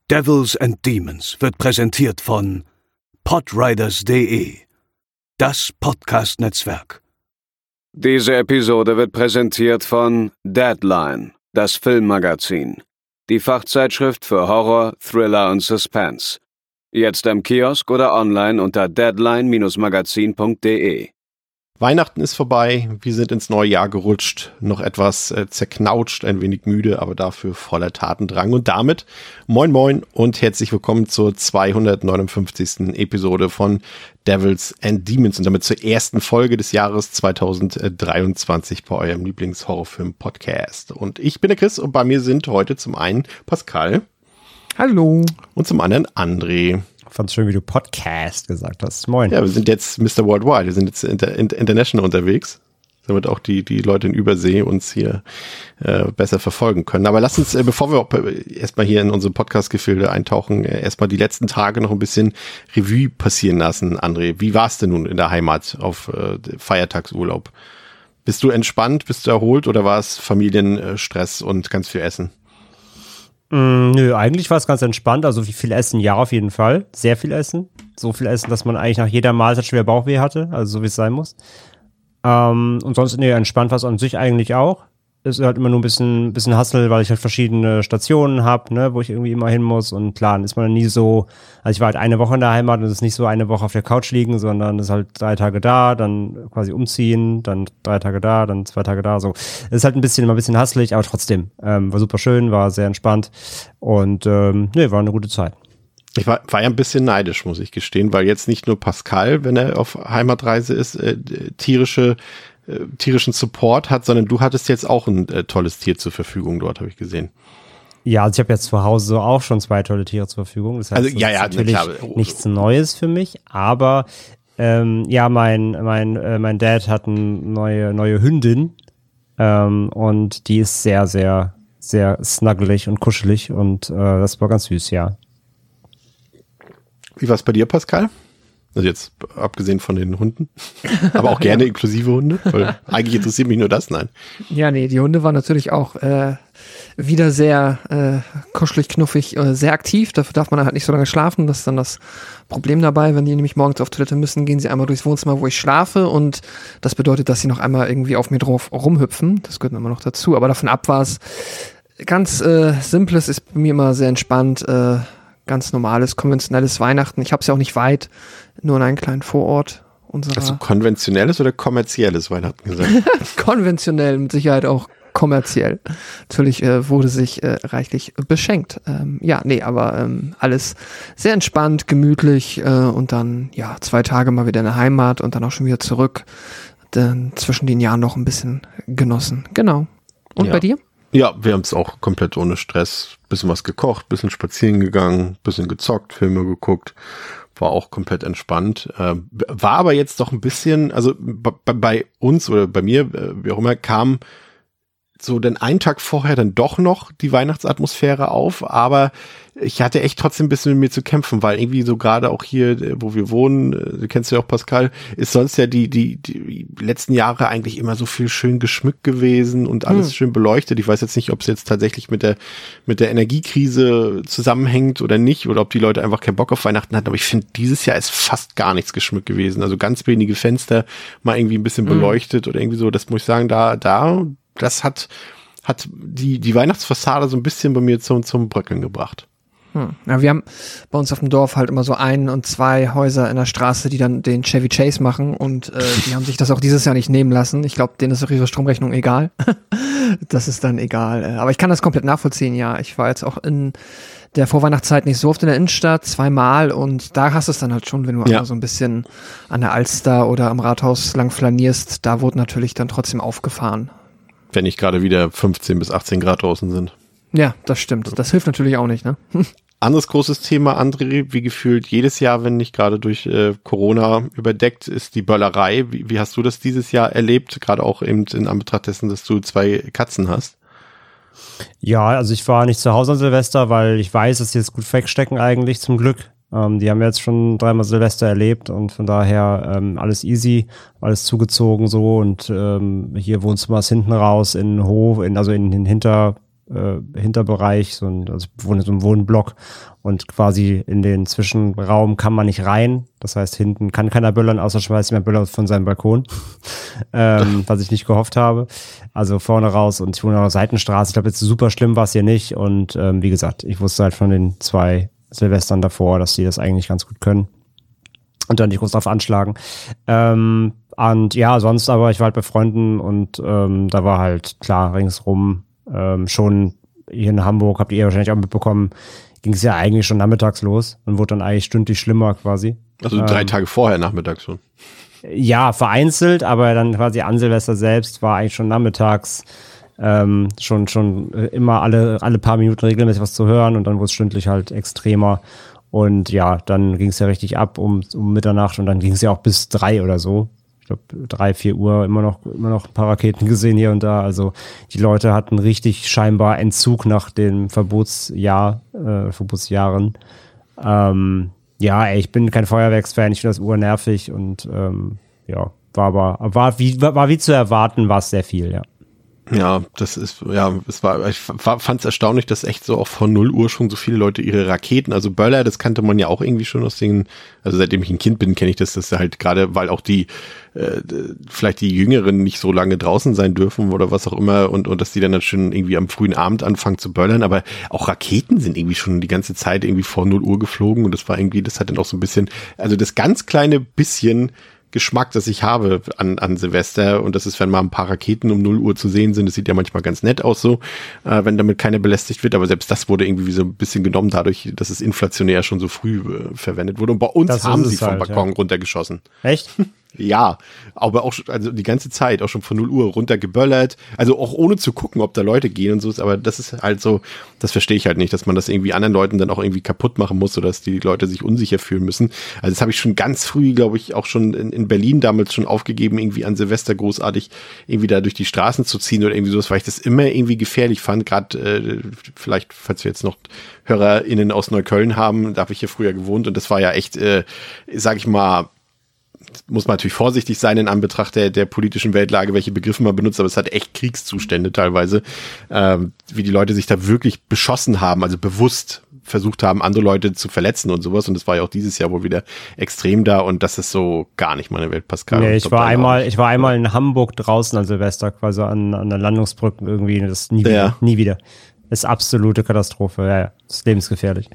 Devils and Demons wird präsentiert von podriders.de, das Podcast-Netzwerk. Diese Episode wird präsentiert von Deadline, das Filmmagazin, die Fachzeitschrift für Horror, Thriller und Suspense. Jetzt im Kiosk oder online unter deadline-magazin.de. Weihnachten ist vorbei, wir sind ins neue Jahr gerutscht, noch etwas zerknautscht, ein wenig müde, aber dafür voller Tatendrang. Und damit moin moin und herzlich willkommen zur 259. Episode von Devils and Demons und damit zur ersten Folge des Jahres 2023 bei eurem Lieblingshorrorfilm-Podcast. Und ich bin der Chris und bei mir sind heute zum einen Pascal. Hallo. Und zum anderen André. Fand's schön, wie du Podcast gesagt hast. Moin. Ja, wir sind jetzt Mr. Worldwide, wir sind jetzt international unterwegs, damit auch die Leute in Übersee uns hier besser verfolgen können. Aber lasst uns, bevor wir erstmal hier in unsere Podcast-Gefilde eintauchen, erstmal die letzten Tage noch ein bisschen Revue passieren lassen, André. Wie war es denn nun in der Heimat auf Feiertagsurlaub? Bist du entspannt, bist du erholt oder war es Familienstress und ganz viel Essen? Nö, eigentlich war es ganz entspannt. Also wie viel Essen? Ja, auf jeden Fall. Sehr viel Essen. So viel Essen, dass man eigentlich nach jeder Mahlzeit schwer Bauchweh hatte. Also so wie es sein muss. Und sonst, nee, entspannt war es an sich eigentlich auch. Es ist halt immer nur ein bisschen Hassel, weil ich halt verschiedene Stationen habe, ne, wo ich irgendwie immer hin muss. Und klar, dann ist man nie so, also ich war halt eine Woche in der Heimat und es ist nicht so eine Woche auf der Couch liegen, sondern es ist halt 3 Tage da, dann quasi umziehen, dann 3 Tage da, dann 2 Tage da, so. Es ist halt immer ein bisschen hasselig, aber trotzdem, war super schön, war sehr entspannt und, nee, war eine gute Zeit. Ich war ja ein bisschen neidisch, muss ich gestehen, weil jetzt nicht nur Pascal, wenn er auf Heimatreise ist, tierischen Support hat, sondern du hattest jetzt auch ein tolles Tier zur Verfügung dort, habe ich gesehen. Ja, also ich habe jetzt zu Hause auch schon 2 tolle Tiere zur Verfügung. Das heißt, also, ja, das ist natürlich nichts Neues für mich, aber ja, mein Dad hat eine neue Hündin und die ist sehr, sehr, sehr snuggelig und kuschelig und das war ganz süß, ja. Wie war es bei dir, Pascal? Also jetzt abgesehen von den Hunden, aber auch gerne inklusive Hunde, weil eigentlich interessiert mich nur das, nein. Ja, nee, die Hunde waren natürlich auch wieder sehr kuschelig, knuffig, sehr aktiv. Dafür darf man halt nicht so lange schlafen. Das ist dann das Problem dabei. Wenn die nämlich morgens auf Toilette müssen, gehen sie einmal durchs Wohnzimmer, wo ich schlafe und das bedeutet, dass sie noch einmal irgendwie auf mir drauf rumhüpfen. Das gehört immer noch dazu. Aber davon ab war es ganz Simples, ist bei mir immer sehr entspannt, ganz normales, konventionelles Weihnachten. Ich habe es ja auch nicht weit, nur in einem kleinen Vorort unserer. Hast du konventionelles oder kommerzielles Weihnachten gesagt? Konventionell, mit Sicherheit auch kommerziell. Natürlich wurde sich reichlich beschenkt. Ja, nee, aber alles sehr entspannt, gemütlich und dann, ja, 2 Tage mal wieder in der Heimat und dann auch schon wieder zurück. Dann zwischen den Jahren noch ein bisschen genossen. Genau. Und ja. Bei dir? Ja, wir haben es auch komplett ohne Stress. Bisschen was gekocht, bisschen spazieren gegangen, bisschen gezockt, Filme geguckt. War auch komplett entspannt. War aber jetzt doch ein bisschen, also bei uns oder bei mir, wie auch immer, kam so dann einen Tag vorher dann doch noch die Weihnachtsatmosphäre auf, aber ich hatte echt trotzdem ein bisschen mit mir zu kämpfen, weil irgendwie so gerade auch hier, wo wir wohnen, du kennst ja auch Pascal, ist sonst ja die letzten Jahre eigentlich immer so viel schön geschmückt gewesen und alles schön beleuchtet. Ich weiß jetzt nicht, ob es jetzt tatsächlich mit der Energiekrise zusammenhängt oder nicht, oder ob die Leute einfach keinen Bock auf Weihnachten hatten, aber ich finde, dieses Jahr ist fast gar nichts geschmückt gewesen. Also ganz wenige Fenster mal irgendwie ein bisschen beleuchtet oder irgendwie so, das muss ich sagen, das hat die Weihnachtsfassade so ein bisschen bei mir zum Bröckeln gebracht. Ja, wir haben bei uns auf dem Dorf halt immer so 1 und 2 Häuser in der Straße, die dann den Chevy Chase machen und die haben sich das auch dieses Jahr nicht nehmen lassen. Ich glaube, denen ist auch ihre Stromrechnung egal. Das ist dann egal. Aber ich kann das komplett nachvollziehen, ja. Ich war jetzt auch in der Vorweihnachtszeit nicht so oft in der Innenstadt, 2-mal und da hast du es dann halt schon, wenn du einmal so ein bisschen an der Alster oder am Rathaus lang flanierst, da wurde natürlich dann trotzdem aufgefahren. Wenn nicht gerade wieder 15 bis 18 Grad draußen sind. Ja, das stimmt. Das hilft natürlich auch nicht, ne? Anderes großes Thema, André, wie gefühlt jedes Jahr, wenn nicht gerade durch Corona überdeckt, ist die Böllerei. Wie hast du das dieses Jahr erlebt? Gerade auch eben in Anbetracht dessen, dass du 2 Katzen hast. Ja, also ich war nicht zu Hause an Silvester, weil ich weiß, dass sie jetzt gut wegstecken eigentlich, zum Glück. Die haben jetzt schon 3-mal Silvester erlebt und von daher alles easy, alles zugezogen so und hier Wohnzimmer ist hinten raus in den Hof, also in den Hinterbereich, also ich wohne in so einem Wohnblock und quasi in den Zwischenraum kann man nicht rein. Das heißt, hinten kann keiner böllern, außer schmeißt jemand Böller von seinem Balkon, was ich nicht gehofft habe. Also vorne raus und ich wohne auf der Seitenstraße. Ich glaube, jetzt super schlimm war es hier nicht und wie gesagt, ich wusste halt von den 2 Silvestern davor, dass die das eigentlich ganz gut können und dann nicht groß drauf anschlagen. Und ja, sonst aber, ich war halt bei Freunden und da war halt klar ringsrum schon hier in Hamburg, habt ihr wahrscheinlich auch mitbekommen, ging es ja eigentlich schon nachmittags los und wurde dann eigentlich stündlich schlimmer quasi. Also 3 Tage vorher nachmittags schon. Ja, vereinzelt, aber dann quasi an Silvester selbst war eigentlich schon nachmittags schon immer alle paar Minuten regelmäßig was zu hören und dann wurde es stündlich halt extremer. Und ja, dann ging es ja richtig ab um Mitternacht und dann ging es ja auch bis 3 oder so. Ich glaube 3, 4 Uhr immer noch ein paar Raketen gesehen hier und da. Also die Leute hatten richtig scheinbar Entzug nach den Verbotsjahren. Ja, ich bin kein Feuerwerksfan, ich finde das urnervig und ja, war wie zu erwarten, war es sehr viel, ja. Ja, ich fand es erstaunlich, dass echt so auch vor 0 Uhr schon so viele Leute ihre Raketen, also Böller, das kannte man ja auch irgendwie schon aus den, also seitdem ich ein Kind bin, kenne ich das halt gerade, weil auch die, vielleicht die Jüngeren nicht so lange draußen sein dürfen oder was auch immer und dass die dann schon irgendwie am frühen Abend anfangen zu böllern, aber auch Raketen sind irgendwie schon die ganze Zeit irgendwie vor 0 Uhr geflogen und das hat dann auch so ein bisschen, also das ganz kleine bisschen Geschmack, das ich habe an Silvester und das ist, wenn mal ein paar Raketen um 0 Uhr zu sehen sind, das sieht ja manchmal ganz nett aus so, wenn damit keiner belästigt wird, aber selbst das wurde irgendwie so ein bisschen genommen dadurch, dass es inflationär schon so früh verwendet wurde und bei uns haben sie vom Balkon runtergeschossen. Echt? Ja, aber auch also die ganze Zeit, auch schon von 0 Uhr runtergeböllert, also auch ohne zu gucken, ob da Leute gehen und so, aber das ist halt so, das verstehe ich halt nicht, dass man das irgendwie anderen Leuten dann auch irgendwie kaputt machen muss oder dass die Leute sich unsicher fühlen müssen. Also das habe ich schon ganz früh, glaube ich, auch schon in Berlin damals schon aufgegeben, irgendwie an Silvester großartig irgendwie da durch die Straßen zu ziehen oder irgendwie sowas, weil ich das immer irgendwie gefährlich fand, gerade vielleicht, falls wir jetzt noch HörerInnen aus Neukölln haben, da habe ich hier früher gewohnt und das war ja echt, sag ich mal, muss man natürlich vorsichtig sein in Anbetracht der politischen Weltlage, welche Begriffe man benutzt, aber es hat echt Kriegszustände teilweise, wie die Leute sich da wirklich beschossen haben, also bewusst versucht haben, andere Leute zu verletzen und sowas und das war ja auch dieses Jahr wohl wieder extrem da und das ist so gar nicht meine Welt, Pascal. Nee, ich war einmal in Hamburg draußen an Silvester, quasi an der Landungsbrücke irgendwie, das nie wieder. Das ist absolute Katastrophe, ja, das ist lebensgefährlich.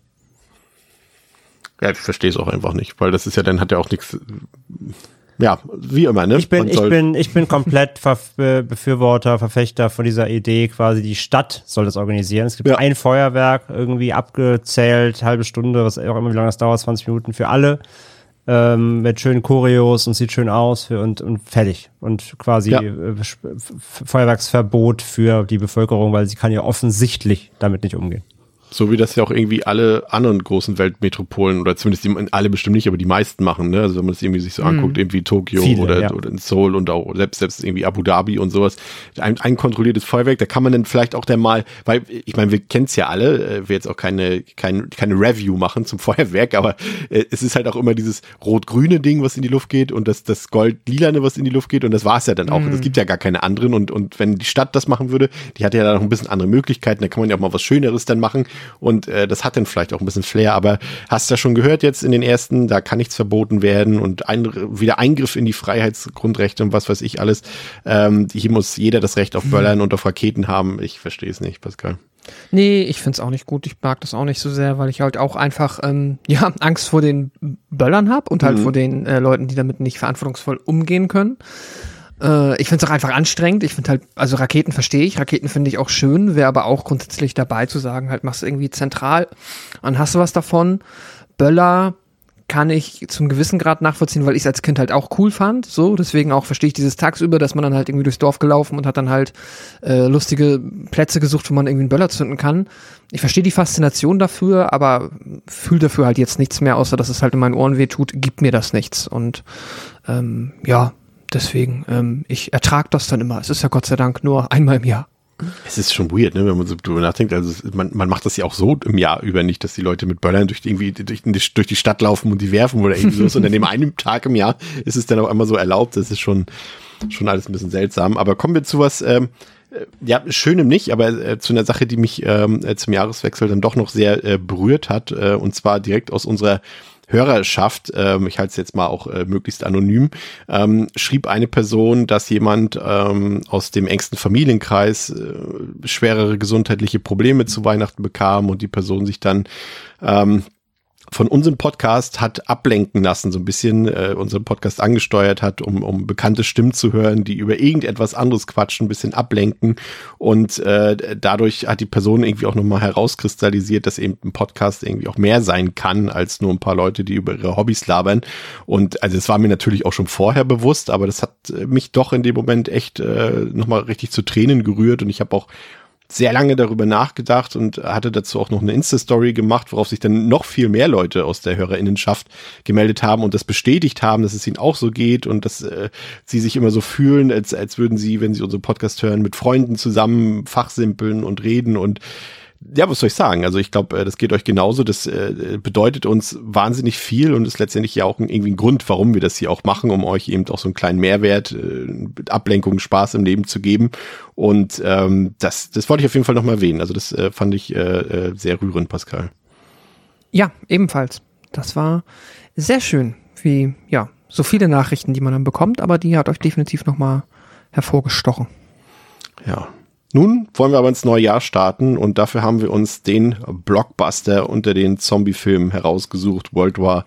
Ja, ich verstehe es auch einfach nicht, weil das ist ja, dann hat ja auch nichts, ja, wie immer, ne? Ich bin komplett Befürworter, Verfechter von dieser Idee, quasi die Stadt soll das organisieren. Es gibt ein Feuerwerk, irgendwie abgezählt, halbe Stunde, was auch immer, wie lange das dauert, 20 Minuten für alle, mit schönen Choreos und sieht schön aus und fertig. Und quasi Feuerwerksverbot für die Bevölkerung, weil sie kann ja offensichtlich damit nicht umgehen. So wie das ja auch irgendwie alle anderen großen Weltmetropolen oder zumindest alle bestimmt nicht, aber die meisten machen, ne? Also wenn man das irgendwie sich so anguckt, irgendwie Tokio oder in Seoul und auch selbst irgendwie Abu Dhabi und sowas. Ein kontrolliertes Feuerwerk, da kann man dann vielleicht auch dann mal, weil ich meine, wir kennen es ja alle, wir jetzt auch keine Review machen zum Feuerwerk, aber es ist halt auch immer dieses rot-grüne Ding, was in die Luft geht und das gold-lilane, was in die Luft geht und das war es ja dann auch. Es gibt ja gar keine anderen und wenn die Stadt das machen würde, die hat ja dann noch ein bisschen andere Möglichkeiten, da kann man ja auch mal was Schöneres dann machen. Und das hat dann vielleicht auch ein bisschen Flair, aber hast du ja schon gehört jetzt in den ersten, da kann nichts verboten werden und wieder Eingriff in die Freiheitsgrundrechte und was weiß ich alles. Hier muss jeder das Recht auf Böllern und auf Raketen haben. Ich verstehe es nicht, Pascal. Nee, ich find's auch nicht gut. Ich mag das auch nicht so sehr, weil ich halt auch einfach Angst vor den Böllern habe und halt vor den Leuten, die damit nicht verantwortungsvoll umgehen können. Ich finde es auch einfach anstrengend. Ich finde halt, also Raketen verstehe ich, Raketen finde ich auch schön, wäre aber auch grundsätzlich dabei zu sagen, halt machst du irgendwie zentral, dann hast du was davon. Böller kann ich zum gewissen Grad nachvollziehen, weil ich es als Kind halt auch cool fand, so, deswegen auch verstehe ich dieses tagsüber, dass man dann halt irgendwie durchs Dorf gelaufen und hat dann halt lustige Plätze gesucht, wo man irgendwie einen Böller zünden kann. Ich verstehe die Faszination dafür, aber fühle dafür halt jetzt nichts mehr, außer dass es halt in meinen Ohren weh tut, gibt mir das nichts und deswegen, ich ertrage das dann immer. Es ist ja Gott sei Dank nur einmal im Jahr. Es ist schon weird, ne, wenn man so drüber nachdenkt. Also man macht das ja auch so im Jahr über nicht, dass die Leute mit Böllern durch die Stadt laufen und die werfen oder irgendwie so. Und an dem einen Tag im Jahr ist es dann auch einmal so erlaubt. Das ist schon alles ein bisschen seltsam. Aber kommen wir zu was Ja, schönem nicht, aber zu einer Sache, die mich zum Jahreswechsel dann doch noch sehr berührt hat, und zwar direkt aus unserer Hörerschaft, ich halte es jetzt mal auch möglichst anonym, schrieb eine Person, dass jemand aus dem engsten Familienkreis schwerere gesundheitliche Probleme zu Weihnachten bekam und die Person sich dann von unserem Podcast hat ablenken lassen, so ein bisschen unseren Podcast angesteuert hat, um bekannte Stimmen zu hören, die über irgendetwas anderes quatschen, ein bisschen ablenken, und dadurch hat die Person irgendwie auch nochmal herauskristallisiert, dass eben ein Podcast irgendwie auch mehr sein kann, als nur ein paar Leute, die über ihre Hobbys labern. Und also es war mir natürlich auch schon vorher bewusst, aber das hat mich doch in dem Moment echt nochmal richtig zu Tränen gerührt, und ich habe auch sehr lange darüber nachgedacht und hatte dazu auch noch eine Insta-Story gemacht, worauf sich dann noch viel mehr Leute aus der HörerInnenschaft gemeldet haben und das bestätigt haben, dass es ihnen auch so geht und dass sie sich immer so fühlen, als würden sie, wenn sie unseren Podcast hören, mit Freunden zusammen fachsimpeln und reden. Und ja, was soll ich sagen? Also ich glaube, das geht euch genauso. Das bedeutet uns wahnsinnig viel und ist letztendlich ja auch irgendwie ein Grund, warum wir das hier auch machen, um euch eben auch so einen kleinen Mehrwert, Ablenkung, Spaß im Leben zu geben. Und das wollte ich auf jeden Fall nochmal erwähnen. Also das fand ich sehr rührend, Pascal. Ja, ebenfalls. Das war sehr schön, wie ja so viele Nachrichten, die man dann bekommt, aber die hat euch definitiv nochmal hervorgestochen. Ja. Nun wollen wir aber ins neue Jahr starten und dafür haben wir uns den Blockbuster unter den Zombie-Filmen herausgesucht. World War,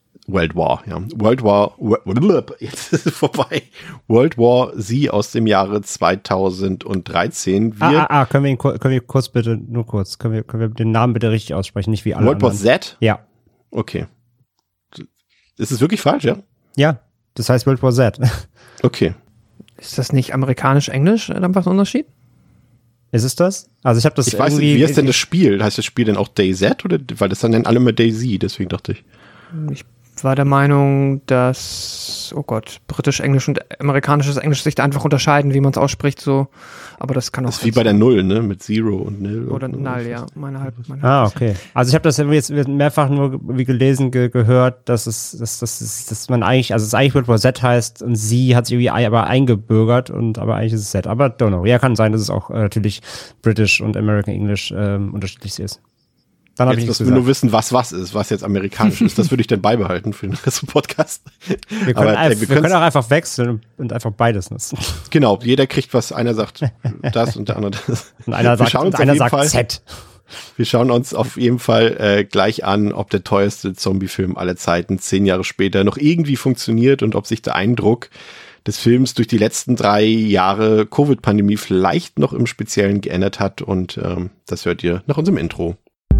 jetzt ist es vorbei. World War Z aus dem Jahre 2013. Können wir kurz bitte, können wir den Namen bitte richtig aussprechen, nicht wie alle World War anderen. Z? Ja. Okay. Ist es wirklich falsch, ja? Ja, das heißt World War Z. Okay. Ist das nicht amerikanisch-englisch dann was ein Unterschied? Ist es das? Also ich habe das Ich weiß nicht, wie ist denn das Spiel? Heißt das Spiel denn auch DayZ oder, weil das dann nennen alle immer DayZ, deswegen dachte ich. Ich war der Meinung, dass, oh Gott, britisch-englisch und amerikanisches Englisch sich da einfach unterscheiden, wie man es ausspricht, so. Aber das kann auch. Das ist wie bei der Null, ne? Mit Zero und Nil. Oder Null, ja. Meine okay. Also ich habe das jetzt mehrfach nur wie gelesen, gehört, dass man eigentlich, also es eigentlich World War Z heißt und sie hat sich irgendwie aber eingebürgert und aber eigentlich ist es Z. Aber don't know. Ja, kann sein, dass es auch natürlich British und American English unterschiedlich ist. Dann habe ich jetzt, dass wir nur wissen, was ist, was jetzt amerikanisch ist. Das würde ich dann beibehalten für den Rest des Podcasts. Wir können auch einfach wechseln und einfach beides nutzen. Genau, jeder kriegt was. Einer sagt das und der andere das. Und einer sagt Z. Wir schauen uns auf jeden Fall gleich an, ob der teuerste Zombie-Film aller Zeiten 10 Jahre später noch irgendwie funktioniert und ob sich der Eindruck des Films durch die letzten 3 Jahre Covid-Pandemie vielleicht noch im Speziellen geändert hat. Und das hört ihr nach unserem Intro.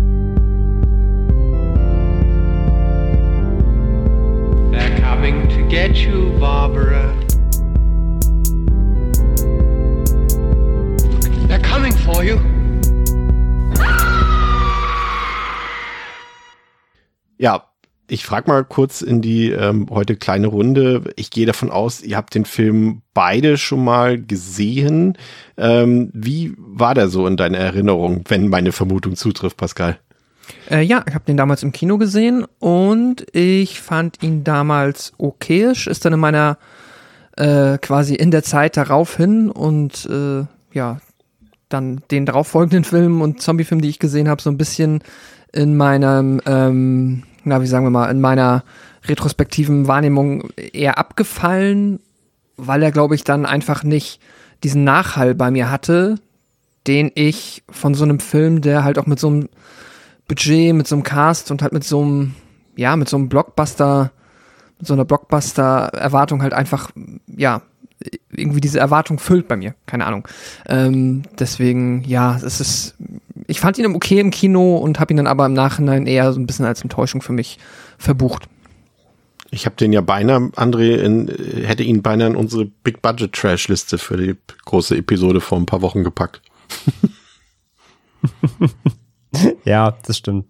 They're coming to get you, Barbara. They're coming for you. Ja, ich frage mal kurz in die heute kleine Runde. Ich gehe davon aus, ihr habt den Film beide schon mal gesehen. Wie war der so in deiner Erinnerung, wenn meine Vermutung zutrifft, Pascal? Ja, ich habe den damals im Kino gesehen und ich fand ihn damals okayisch, ist dann in meiner quasi in der Zeit daraufhin und ja, dann den darauffolgenden Film und Zombie-Film, die ich gesehen habe, so ein bisschen in meinem, wie sagen wir mal, in meiner retrospektiven Wahrnehmung eher abgefallen, weil er, glaube ich, dann einfach nicht diesen Nachhall bei mir hatte, den ich von so einem Film, der halt auch mit so einem Budget, mit so einem Cast und halt mit so einem Blockbuster, mit so einer Blockbuster-Erwartung halt einfach, ja, irgendwie diese Erwartung füllt bei mir, keine Ahnung. Deswegen, ja, ich fand ihn okay im Kino und habe ihn dann aber im Nachhinein eher so ein bisschen als Enttäuschung für mich verbucht. Ich habe den ja beinahe, André, hätte ihn beinahe in unsere Big-Budget-Trash-Liste für die große Episode vor ein paar Wochen gepackt. Ja, das stimmt.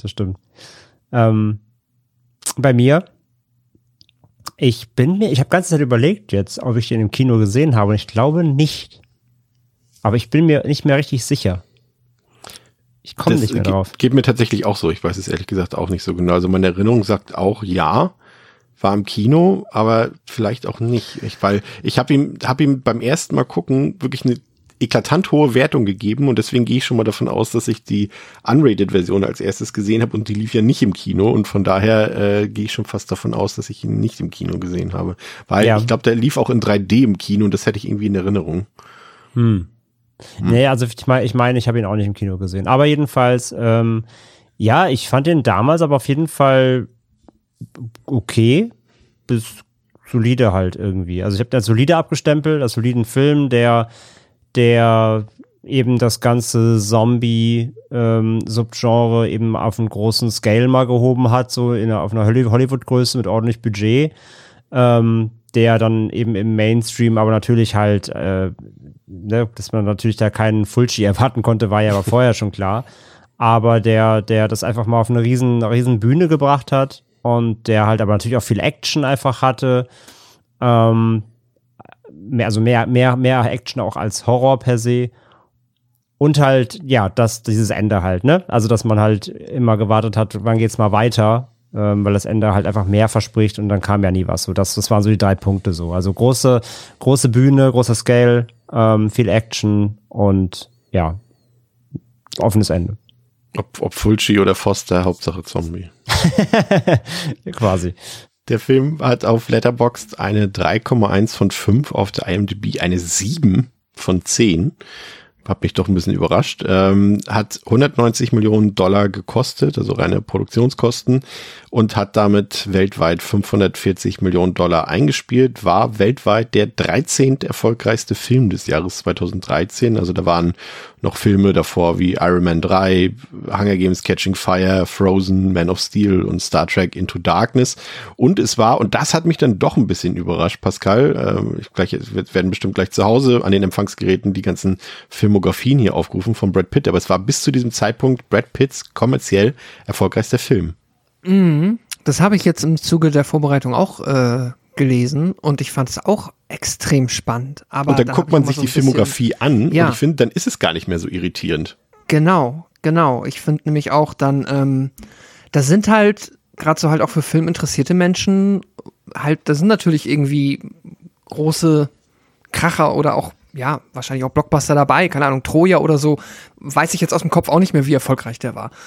Bei mir, ich habe ganze Zeit überlegt jetzt, ob ich den im Kino gesehen habe und ich glaube nicht. Aber ich bin mir nicht mehr richtig sicher. Ich komme nicht mehr drauf. Geht mir tatsächlich auch so. Ich weiß es ehrlich gesagt auch nicht so genau. Also meine Erinnerung sagt auch ja, war im Kino, aber vielleicht auch nicht. Weil ich habe ihm beim ersten Mal gucken wirklich eine eklatant hohe Wertung gegeben und deswegen gehe ich schon mal davon aus, dass ich die Unrated-Version als erstes gesehen habe und die lief ja nicht im Kino und von daher gehe ich schon fast davon aus, dass ich ihn nicht im Kino gesehen habe. Weil ich glaube, der lief auch in 3D im Kino und das hätte ich irgendwie in Erinnerung. Nee, also ich meine, ich habe ihn auch nicht im Kino gesehen. Aber jedenfalls, ja, ich fand den damals aber auf jeden Fall okay, bis solide halt irgendwie. Also ich habe den als solide abgestempelt, als soliden Film, der eben das ganze Zombie-Subgenre eben auf einen großen Scale mal gehoben hat, so auf einer Hollywood-Größe mit ordentlich Budget, der dann eben im Mainstream aber natürlich halt, dass man natürlich da keinen Fulci erwarten konnte, war ja aber vorher schon klar. Aber der das einfach mal auf eine riesen Bühne gebracht hat und der halt aber natürlich auch viel Action einfach hatte. Mehr Action auch als Horror per se. Und halt, ja, dieses Ende halt, ne? Also, dass man halt immer gewartet hat, wann geht's mal weiter, weil das Ende halt einfach mehr verspricht und dann kam ja nie was. So, das waren so die 3 Punkte so. Also große Bühne, großer Scale, viel Action und ja, offenes Ende. Ob Fulci oder Foster, Hauptsache Zombie. Quasi. Der Film hat auf Letterboxd eine 3,1 von 5, auf der IMDb eine 7 von 10. Hat mich doch ein bisschen überrascht. Hat 190 Millionen Dollar gekostet, also reine Produktionskosten, und hat damit weltweit 540 Millionen Dollar eingespielt, war weltweit der 13. erfolgreichste Film des Jahres 2013. Also da waren noch Filme davor wie Iron Man 3, Hunger Games Catching Fire, Frozen, Man of Steel und Star Trek Into Darkness. Und es war, und das hat mich dann doch ein bisschen überrascht, Pascal, wir werden bestimmt gleich zu Hause an den Empfangsgeräten die ganzen Filmografien hier aufgerufen von Brad Pitt, aber es war bis zu diesem Zeitpunkt Brad Pitts kommerziell erfolgreichster Film. Das habe ich jetzt im Zuge der Vorbereitung auch gelesen und ich fand es auch extrem spannend. Aber und dann guckt man sich die Filmografie an ja. Und ich finde, dann ist es gar nicht mehr so irritierend. Genau. Ich finde nämlich auch dann, das sind halt, gerade so halt auch für filminteressierte Menschen, halt, da sind natürlich irgendwie große Kracher oder auch, ja, wahrscheinlich auch Blockbuster dabei, keine Ahnung, Troja oder so, weiß ich jetzt aus dem Kopf auch nicht mehr, wie erfolgreich der war.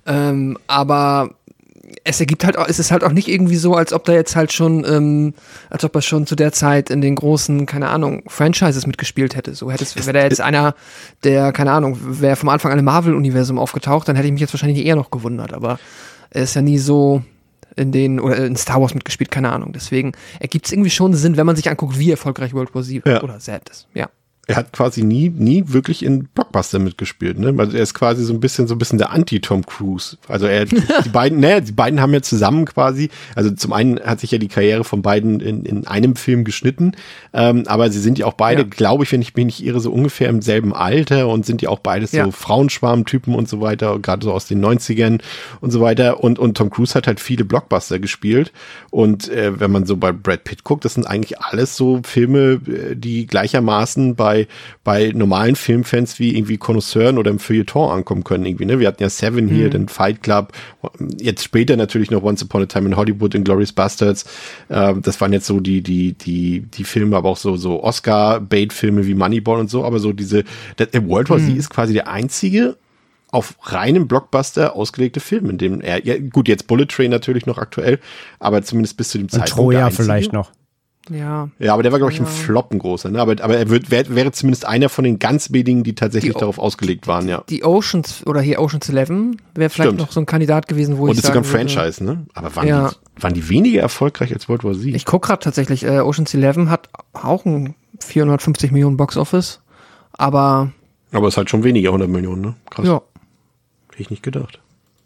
Aber es ist halt auch nicht irgendwie so, als ob da jetzt halt schon, als ob er schon zu der Zeit in den großen, keine Ahnung, Franchises mitgespielt hätte. So wäre da jetzt einer, der, keine Ahnung, wäre vom Anfang an im Marvel-Universum aufgetaucht, dann hätte ich mich jetzt wahrscheinlich eher noch gewundert, aber er ist ja nie so oder in Star Wars mitgespielt, keine Ahnung. Deswegen ergibt es irgendwie schon Sinn, wenn man sich anguckt, wie erfolgreich World War Z oder Z ist. Ja. Er hat quasi nie wirklich in Blockbuster mitgespielt, ne? Also er ist quasi so ein bisschen der Anti-Tom Cruise. Also die beiden haben ja zusammen quasi, also zum einen hat sich ja die Karriere von beiden in einem Film geschnitten, aber sie sind ja auch beide, glaube ich, wenn ich mich nicht irre, so ungefähr im selben Alter und sind ja auch beides so Frauenschwarm-Typen und so weiter, gerade so aus den 90ern und so weiter. Und Tom Cruise hat halt viele Blockbuster gespielt und wenn man so bei Brad Pitt guckt, das sind eigentlich alles so Filme, die gleichermaßen bei normalen Filmfans wie irgendwie Connoisseuren oder im Feuilleton ankommen können irgendwie, ne? Wir hatten ja Seven hier, den Fight Club, jetzt später natürlich noch Once Upon a Time in Hollywood, Inglourious Basterds, das waren jetzt so die Filme, aber auch so Oscar-Bait-Filme wie Moneyball und so, aber so World War Z ist quasi der einzige auf reinem Blockbuster ausgelegte Film, in dem gut, jetzt Bullet Train natürlich noch aktuell, aber zumindest bis zu dem Zeitpunkt Troja vielleicht noch. Ja, aber der war, glaube ich, ein Flop, ein großer, ne? Aber er wäre zumindest einer von den ganz wenigen, die tatsächlich darauf ausgelegt waren, ja. Die Oceans 11 wäre vielleicht noch so ein Kandidat gewesen, wo ich sagen würde. Und ist sogar ein Franchise, ne? Aber waren die weniger erfolgreich als World War Z? Ich gucke gerade tatsächlich, Oceans 11 hat auch ein 450 Millionen Box-Office, aber es ist halt schon weniger, 100 Millionen, ne? Krass. Ja. Hätte ich nicht gedacht.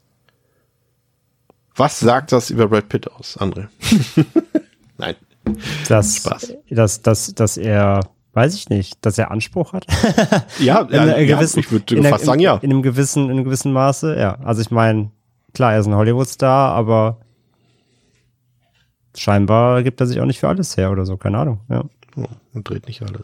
Was sagt das über Brad Pitt aus, André? Nein. Dass er, weiß ich nicht, dass er Anspruch hat. Ich würde fast sagen, ja. In einem gewissen Maße, ja. Also ich meine, klar, er ist ein Hollywood-Star, aber scheinbar gibt er sich auch nicht für alles her oder so, keine Ahnung, ja. Und dreht nicht alles.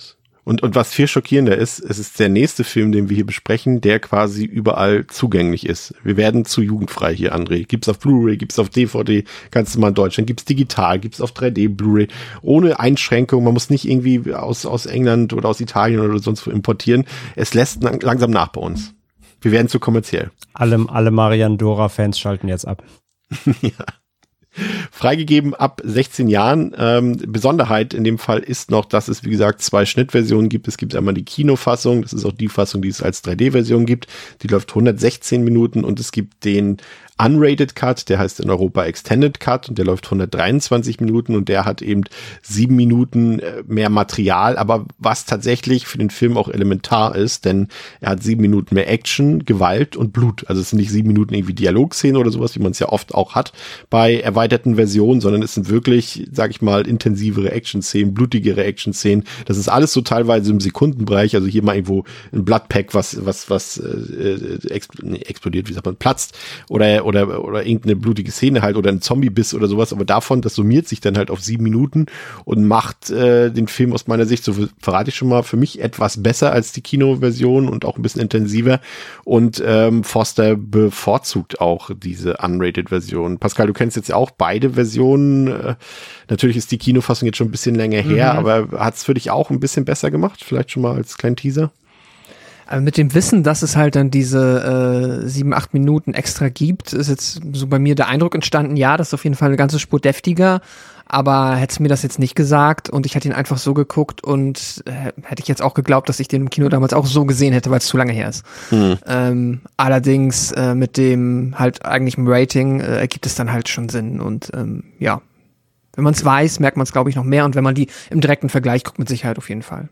Und was viel schockierender ist, es ist der nächste Film, den wir hier besprechen, der quasi überall zugänglich ist. Wir werden zu jugendfrei hier, André. Gibt's auf Blu-ray, gibt's auf DVD, ganz normal in Deutschland, gibt's digital, gibt's auf 3D Blu-ray, ohne Einschränkung. Man muss nicht irgendwie aus England oder aus Italien oder sonst wo importieren. Es lässt langsam nach bei uns. Wir werden zu kommerziell. Alle Marian Dora-Fans schalten jetzt ab. Ja. Freigegeben ab 16 Jahren. Besonderheit in dem Fall ist noch, dass es, wie gesagt, 2 Schnittversionen gibt. Es gibt einmal die Kinofassung, das ist auch die Fassung, die es als 3D-Version gibt. Die läuft 116 Minuten und es gibt den Unrated Cut, der heißt in Europa Extended Cut und der läuft 123 Minuten und der hat eben 7 Minuten mehr Material, aber was tatsächlich für den Film auch elementar ist, denn er hat 7 Minuten mehr Action, Gewalt und Blut. Also es sind nicht 7 Minuten irgendwie Dialogszenen oder sowas, wie man es ja oft auch hat bei erweiterten Versionen, sondern es sind wirklich, sag ich mal, intensivere Action-Szenen, blutigere Action-Szenen. Das ist alles so teilweise im Sekundenbereich, also hier mal irgendwo ein Bloodpack, was explodiert, wie sagt man, platzt oder irgendeine blutige Szene halt oder ein Zombie-Biss oder sowas, aber davon, das summiert sich dann halt auf 7 Minuten und macht den Film aus meiner Sicht, so verrate ich schon mal, für mich etwas besser als die Kinoversion und auch ein bisschen intensiver und Foster bevorzugt auch diese Unrated-Version. Pascal, du kennst jetzt ja auch beide Versionen, natürlich ist die Kinofassung jetzt schon ein bisschen länger her, aber hat es für dich auch ein bisschen besser gemacht? Vielleicht schon mal als kleinen Teaser? Aber mit dem Wissen, dass es halt dann diese 7-8 Minuten extra gibt, ist jetzt so bei mir der Eindruck entstanden, ja, das ist auf jeden Fall eine ganze Spur deftiger, aber hättest mir das jetzt nicht gesagt und ich hätte ihn einfach so geguckt und hätte ich jetzt auch geglaubt, dass ich den im Kino damals auch so gesehen hätte, weil es zu lange her ist. Allerdings mit dem halt eigentlichen Rating ergibt es dann halt schon Sinn und ja, wenn man es weiß, merkt man es, glaube ich, noch mehr und wenn man die im direkten Vergleich guckt, mit Sicherheit auf jeden Fall.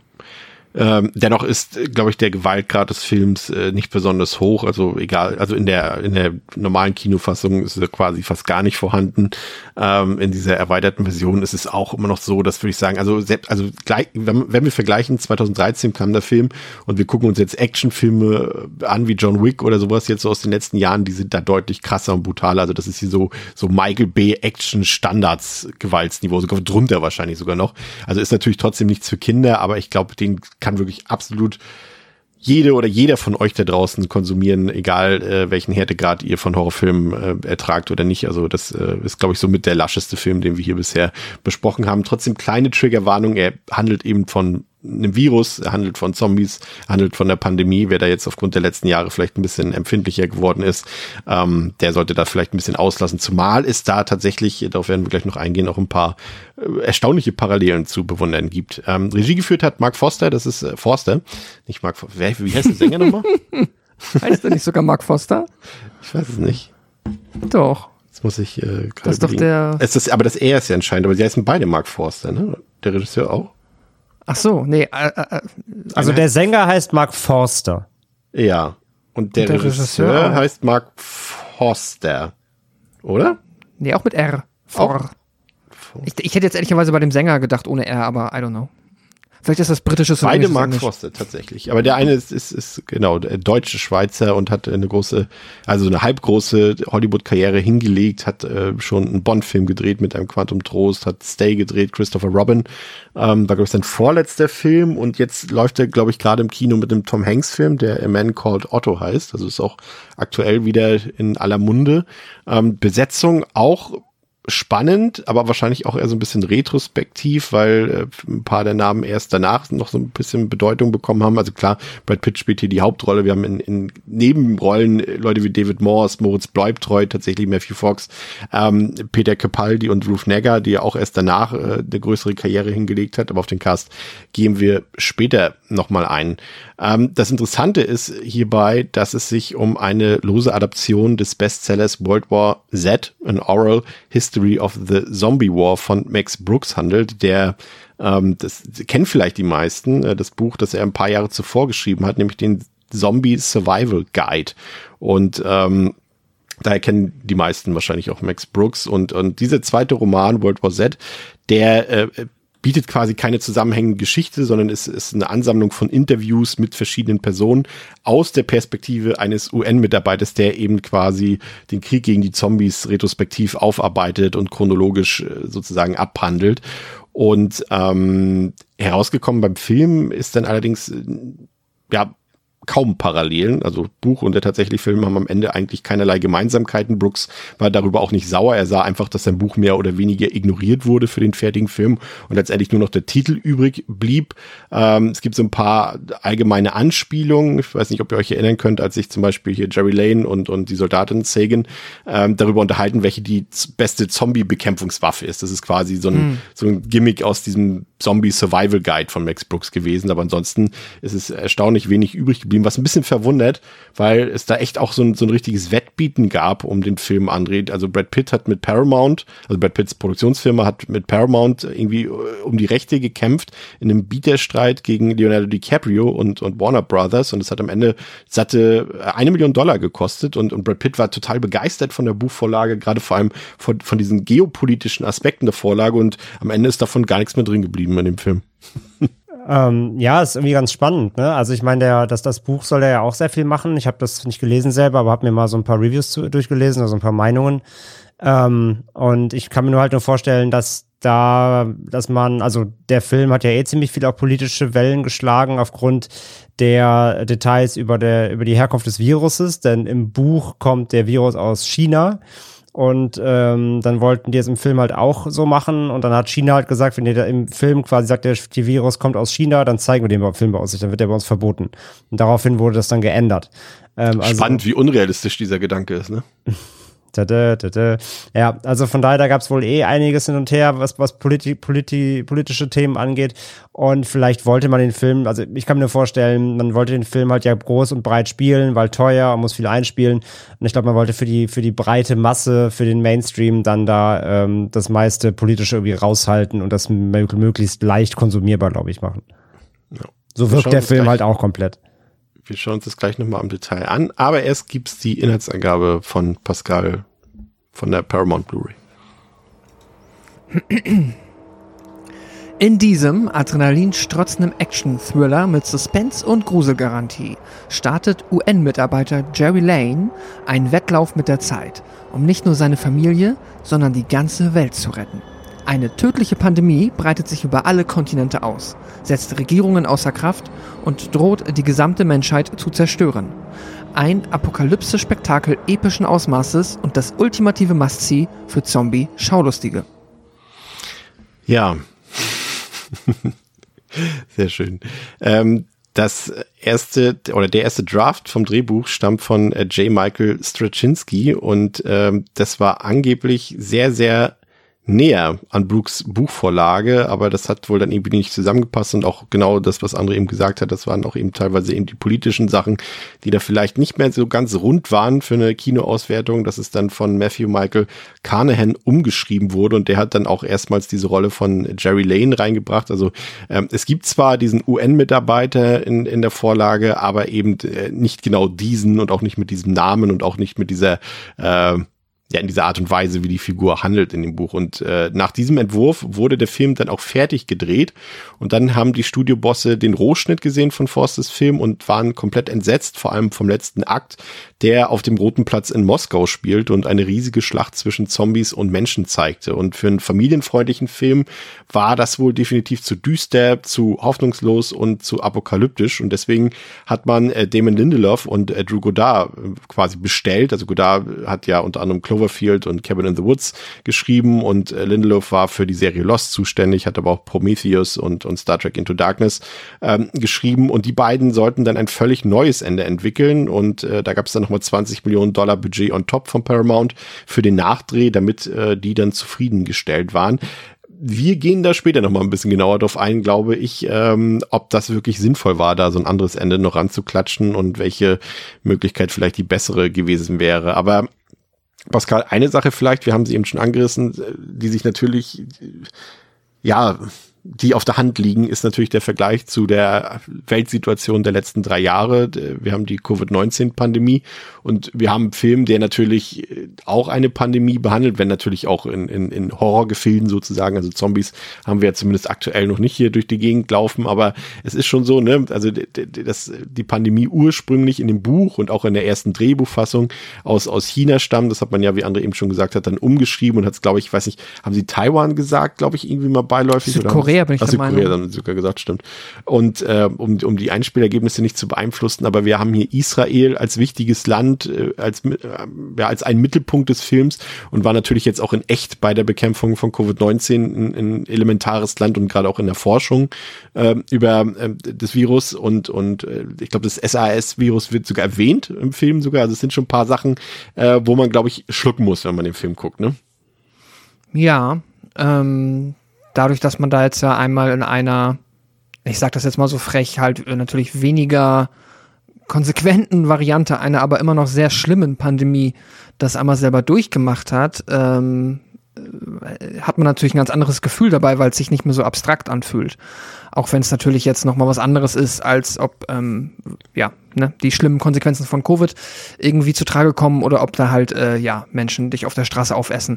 Dennoch ist, glaube ich, der Gewaltgrad des Films nicht besonders hoch, also egal, also in der normalen Kinofassung ist er quasi fast gar nicht vorhanden. In dieser erweiterten Version ist es auch immer noch so, das würde ich sagen, also gleich, wenn wir vergleichen, 2013 kam der Film und wir gucken uns jetzt Actionfilme an wie John Wick oder sowas jetzt so aus den letzten Jahren, die sind da deutlich krasser und brutaler, also das ist hier so Michael Bay Action Standards Gewaltsniveau, sogar drunter wahrscheinlich sogar noch. Also ist natürlich trotzdem nichts für Kinder, aber ich glaube, den kann wirklich absolut jeder von euch da draußen konsumieren, egal welchen Härtegrad ihr von Horrorfilmen ertragt oder nicht. Also das ist, glaube ich, somit der lascheste Film, den wir hier bisher besprochen haben. Trotzdem kleine Triggerwarnung, er handelt eben von einem Virus, er handelt von Zombies, handelt von der Pandemie. Wer da jetzt aufgrund der letzten Jahre vielleicht ein bisschen empfindlicher geworden ist, der sollte da vielleicht ein bisschen auslassen. Zumal es da tatsächlich, darauf werden wir gleich noch eingehen, auch ein paar erstaunliche Parallelen zu bewundern gibt. Regie geführt hat Mark Foster, das ist Forster, nicht Mark Foster. Wie heißt der Sänger nochmal? Heißt der nicht sogar Mark Foster? Ich weiß es nicht. Doch. Jetzt muss ich gerade das ist doch der... aber das er ist ja entscheidend, aber sie heißen beide Mark Forster, ne? Der Regisseur auch? Ach so, nee. Also der Sänger heißt Mark Forster. Ja. Und der Regisseur heißt Mark Foster. Oder? Nee, auch mit R. Ich hätte jetzt ehrlicherweise bei dem Sänger gedacht, ohne R, aber I don't know. Vielleicht ist das britisches Beide Mark Foster tatsächlich. Aber der eine ist genau der deutsche Schweizer und hat eine halbgroße Hollywood-Karriere hingelegt, hat schon einen Bond-Film gedreht mit einem Quantum Trost, hat Stay gedreht, Christopher Robin. War, glaube ich, sein vorletzter Film und jetzt läuft er, glaube ich, gerade im Kino mit einem Tom Hanks-Film, der A Man Called Otto heißt. Also ist auch aktuell wieder in aller Munde. Besetzung auch spannend, aber wahrscheinlich auch eher so ein bisschen retrospektiv, weil ein paar der Namen erst danach noch so ein bisschen Bedeutung bekommen haben. Also klar, Brad Pitt spielt hier die Hauptrolle. Wir haben in Nebenrollen Leute wie David Morse, Moritz Bleibtreu, tatsächlich Matthew Fox, Peter Capaldi und Ruth Negga, die ja auch erst danach eine größere Karriere hingelegt hat. Aber auf den Cast gehen wir später nochmal ein. Das Interessante ist hierbei, dass es sich um eine lose Adaption des Bestsellers World War Z, an Oral History of the Zombie War von Max Brooks handelt, der das kennen vielleicht die meisten, das Buch, das er ein paar Jahre zuvor geschrieben hat, nämlich den Zombie Survival Guide. Und daher kennen die meisten wahrscheinlich auch Max Brooks. Und dieser zweite Roman, World War Z, der bietet quasi keine zusammenhängende Geschichte, sondern ist eine Ansammlung von Interviews mit verschiedenen Personen aus der Perspektive eines UN-Mitarbeiters, der eben quasi den Krieg gegen die Zombies retrospektiv aufarbeitet und chronologisch sozusagen abhandelt. Und herausgekommen beim Film ist dann allerdings kaum Parallelen, also Buch und der tatsächliche Film haben am Ende eigentlich keinerlei Gemeinsamkeiten. Brooks war darüber auch nicht sauer, er sah einfach, dass sein Buch mehr oder weniger ignoriert wurde für den fertigen Film und letztendlich nur noch der Titel übrig blieb. Es gibt so ein paar allgemeine Anspielungen, ich weiß nicht, ob ihr euch erinnern könnt, als sich zum Beispiel hier Jerry Lane und die Soldatin Sagan darüber unterhalten, welche die beste Zombie-Bekämpfungswaffe ist. Das ist quasi so ein Gimmick aus diesem Zombie-Survival-Guide von Max Brooks gewesen, aber ansonsten ist es erstaunlich wenig übrig geblieben, was ein bisschen verwundert, weil es da echt auch so ein richtiges Wettbieten gab um den Film André. Also Brad Pitt hat mit Paramount, also Brad Pitts Produktionsfirma hat mit Paramount irgendwie um die Rechte gekämpft in einem Bieterstreit gegen Leonardo DiCaprio und Warner Brothers und es hat am Ende satte $1 Million gekostet und Brad Pitt war total begeistert von der Buchvorlage, gerade vor allem von diesen geopolitischen Aspekten der Vorlage und am Ende ist davon gar nichts mehr drin geblieben in dem Film. Ja, ist irgendwie ganz spannend, ne? Also ich meine, das Buch soll ja auch sehr viel machen. Ich habe das nicht gelesen selber, aber habe mir mal so ein paar Reviews durchgelesen, also ein paar Meinungen. Und ich kann mir nur vorstellen, dass also der Film hat ja ziemlich viel auch politische Wellen geschlagen aufgrund der Details über die Herkunft des Viruses, denn im Buch kommt der Virus aus China. Und dann wollten die es im Film halt auch so machen und dann hat China halt gesagt, wenn ihr da im Film quasi sagt, der Virus kommt aus China, dann zeigen wir den beim Film bei uns nicht, dann wird der bei uns verboten. Und daraufhin wurde das dann geändert. Spannend, wie unrealistisch dieser Gedanke ist, ne? Ja, also von daher, da gab es wohl einiges hin und her, was politische Themen angeht. Und vielleicht wollte man den Film, also ich kann mir nur vorstellen, man wollte den Film halt ja groß und breit spielen, weil teuer, man muss viel einspielen. Und ich glaube, man wollte für die breite Masse, für den Mainstream dann da das meiste politische irgendwie raushalten und das möglichst leicht konsumierbar, glaube ich, machen. Ja. So wirkt der Film halt auch komplett. Wir schauen uns das gleich nochmal im Detail an. Aber erst gibt's die Inhaltsangabe von Pascal von der Paramount Blu-ray. In diesem adrenalinstrotzenden Action-Thriller mit Suspense und Gruselgarantie startet UN-Mitarbeiter Jerry Lane einen Wettlauf mit der Zeit, um nicht nur seine Familie, sondern die ganze Welt zu retten. Eine tödliche Pandemie breitet sich über alle Kontinente aus, setzt Regierungen außer Kraft und droht, die gesamte Menschheit zu zerstören. Ein Apokalypse-Spektakel epischen Ausmaßes und das ultimative Must-See für Zombie-Schaulustige. Ja. Sehr schön. Der erste Draft vom Drehbuch stammt von J. Michael Straczynski und das war angeblich sehr, sehr näher an Brooks Buchvorlage, aber das hat wohl dann irgendwie nicht zusammengepasst und auch genau das, was André eben gesagt hat, das waren auch eben teilweise eben die politischen Sachen, die da vielleicht nicht mehr so ganz rund waren für eine Kinoauswertung, dass es dann von Matthew Michael Carnahan umgeschrieben wurde und der hat dann auch erstmals diese Rolle von Jerry Lane reingebracht. Also es gibt zwar diesen UN-Mitarbeiter in der Vorlage, aber eben nicht genau diesen und auch nicht mit diesem Namen und auch nicht mit dieser in dieser Art und Weise, wie die Figur handelt in dem Buch. Und nach diesem Entwurf wurde der Film dann auch fertig gedreht. Und dann haben die Studiobosse den Rohschnitt gesehen von Forsters Film und waren komplett entsetzt, vor allem vom letzten Akt, der auf dem Roten Platz in Moskau spielt und eine riesige Schlacht zwischen Zombies und Menschen zeigte. Und für einen familienfreundlichen Film war das wohl definitiv zu düster, zu hoffnungslos und zu apokalyptisch. Und deswegen hat man Damon Lindelof und Drew Goddard quasi bestellt. Also Goddard hat ja unter anderem Cloverfield und Cabin in the Woods geschrieben und Lindelof war für die Serie Lost zuständig, hat aber auch Prometheus und Star Trek Into Darkness geschrieben und die beiden sollten dann ein völlig neues Ende entwickeln und da gab es dann nochmal $20 Millionen Budget on top von Paramount für den Nachdreh, damit die dann zufriedengestellt waren. Wir gehen da später noch mal ein bisschen genauer drauf ein, glaube ich, ob das wirklich sinnvoll war, da so ein anderes Ende noch ranzuklatschen und welche Möglichkeit vielleicht die bessere gewesen wäre. Aber Pascal, eine Sache vielleicht, wir haben sie eben schon angerissen, die sich natürlich, die auf der Hand liegen, ist natürlich der Vergleich zu der Weltsituation der letzten 3 Jahre. Wir haben die Covid-19-Pandemie und wir haben einen Film, der natürlich auch eine Pandemie behandelt, wenn natürlich auch in Horrorgefilden sozusagen, also Zombies haben wir ja zumindest aktuell noch nicht hier durch die Gegend laufen, aber es ist schon so, ne, also die Pandemie ursprünglich in dem Buch und auch in der ersten Drehbuchfassung aus China stammt, das hat man ja, wie André eben schon gesagt hat, dann umgeschrieben und hat es, glaube ich, weiß nicht, haben sie Taiwan gesagt, glaube ich, irgendwie mal beiläufig? Südkorea bin ich der Meinung. Südkorea dann sogar gesagt, stimmt. Und um die Einspielergebnisse nicht zu beeinflussen, aber wir haben hier Israel als wichtiges Land, als ein Mittelpunkt des Films und war natürlich jetzt auch in echt bei der Bekämpfung von Covid-19 ein elementares Land und gerade auch in der Forschung über das Virus und ich glaube, das SARS-Virus wird sogar erwähnt im Film sogar. Also es sind schon ein paar Sachen, wo man, glaube ich, schlucken muss, wenn man den Film guckt, ne? Ja, dadurch, dass man da jetzt ja einmal in einer, ich sag das jetzt mal so frech, halt natürlich weniger konsequenten Variante einer aber immer noch sehr schlimmen Pandemie das einmal selber durchgemacht hat, hat man natürlich ein ganz anderes Gefühl dabei, weil es sich nicht mehr so abstrakt anfühlt. Auch wenn es natürlich jetzt nochmal was anderes ist, als ob die schlimmen Konsequenzen von Covid irgendwie zu Trage kommen oder ob da halt Menschen dich auf der Straße aufessen.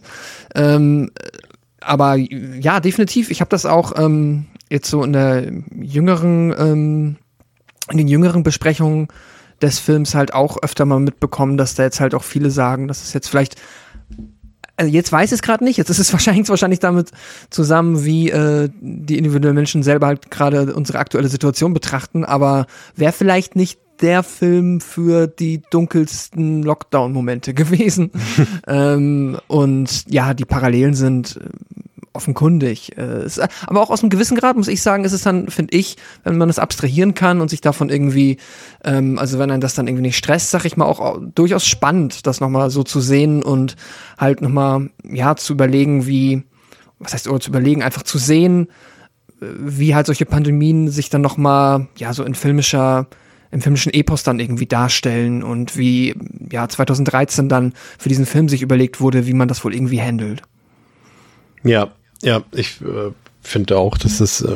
Aber ja, definitiv. Ich habe das auch jetzt so in den jüngeren Besprechungen des Films halt auch öfter mal mitbekommen, dass da jetzt halt auch viele sagen, dass es jetzt vielleicht, also jetzt weiß ich es gerade nicht, jetzt ist es wahrscheinlich damit zusammen, wie die individuellen Menschen selber halt gerade unsere aktuelle Situation betrachten, aber wäre vielleicht nicht der Film für die dunkelsten Lockdown-Momente gewesen. Und ja, die Parallelen sind offenkundig. Aber auch aus einem gewissen Grad, muss ich sagen, ist es dann, finde ich, wenn man es abstrahieren kann und sich davon irgendwie, also wenn einen das dann irgendwie nicht stresst, sag ich mal, auch durchaus spannend, das nochmal so zu sehen und halt nochmal, zu überlegen, einfach zu sehen, wie halt solche Pandemien sich dann nochmal, so im filmischen Epos dann irgendwie darstellen und wie 2013 dann für diesen Film sich überlegt wurde, wie man das wohl irgendwie handelt. Ja, ich finde auch, dass es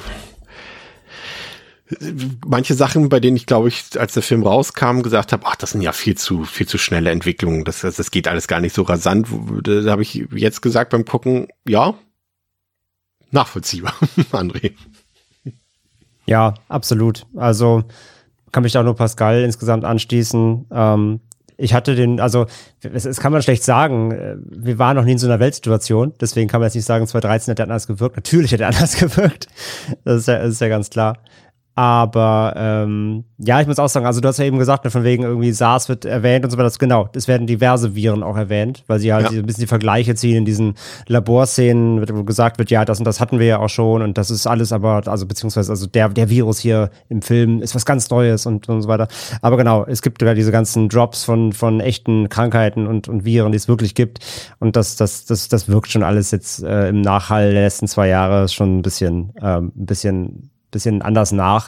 manche Sachen, bei denen ich, glaube ich, als der Film rauskam, gesagt habe, das sind ja viel zu schnelle Entwicklungen, das geht alles gar nicht so rasant. Da habe ich jetzt gesagt beim Gucken, ja, nachvollziehbar, André. Ja, absolut. Also kann mich da nur Pascal insgesamt anschließen. Ich hatte es kann man schlecht sagen, wir waren noch nie in so einer Weltsituation, deswegen kann man jetzt nicht sagen, 2013 hat er anders gewirkt. Natürlich hat er anders gewirkt, das ist ja ganz klar. Aber ich muss auch sagen, also du hast ja eben gesagt, von wegen irgendwie SARS wird erwähnt und so weiter. Genau, es werden diverse Viren auch erwähnt, weil sie halt ein bisschen die Vergleiche ziehen in diesen Laborszenen, wo gesagt wird, das und das hatten wir ja auch schon und das ist alles aber, beziehungsweise der Virus hier im Film ist was ganz Neues und so weiter. Aber genau, es gibt ja diese ganzen Drops von echten Krankheiten und Viren, die es wirklich gibt und das wirkt schon alles jetzt im Nachhall der letzten 2 Jahre schon ein bisschen anders nach.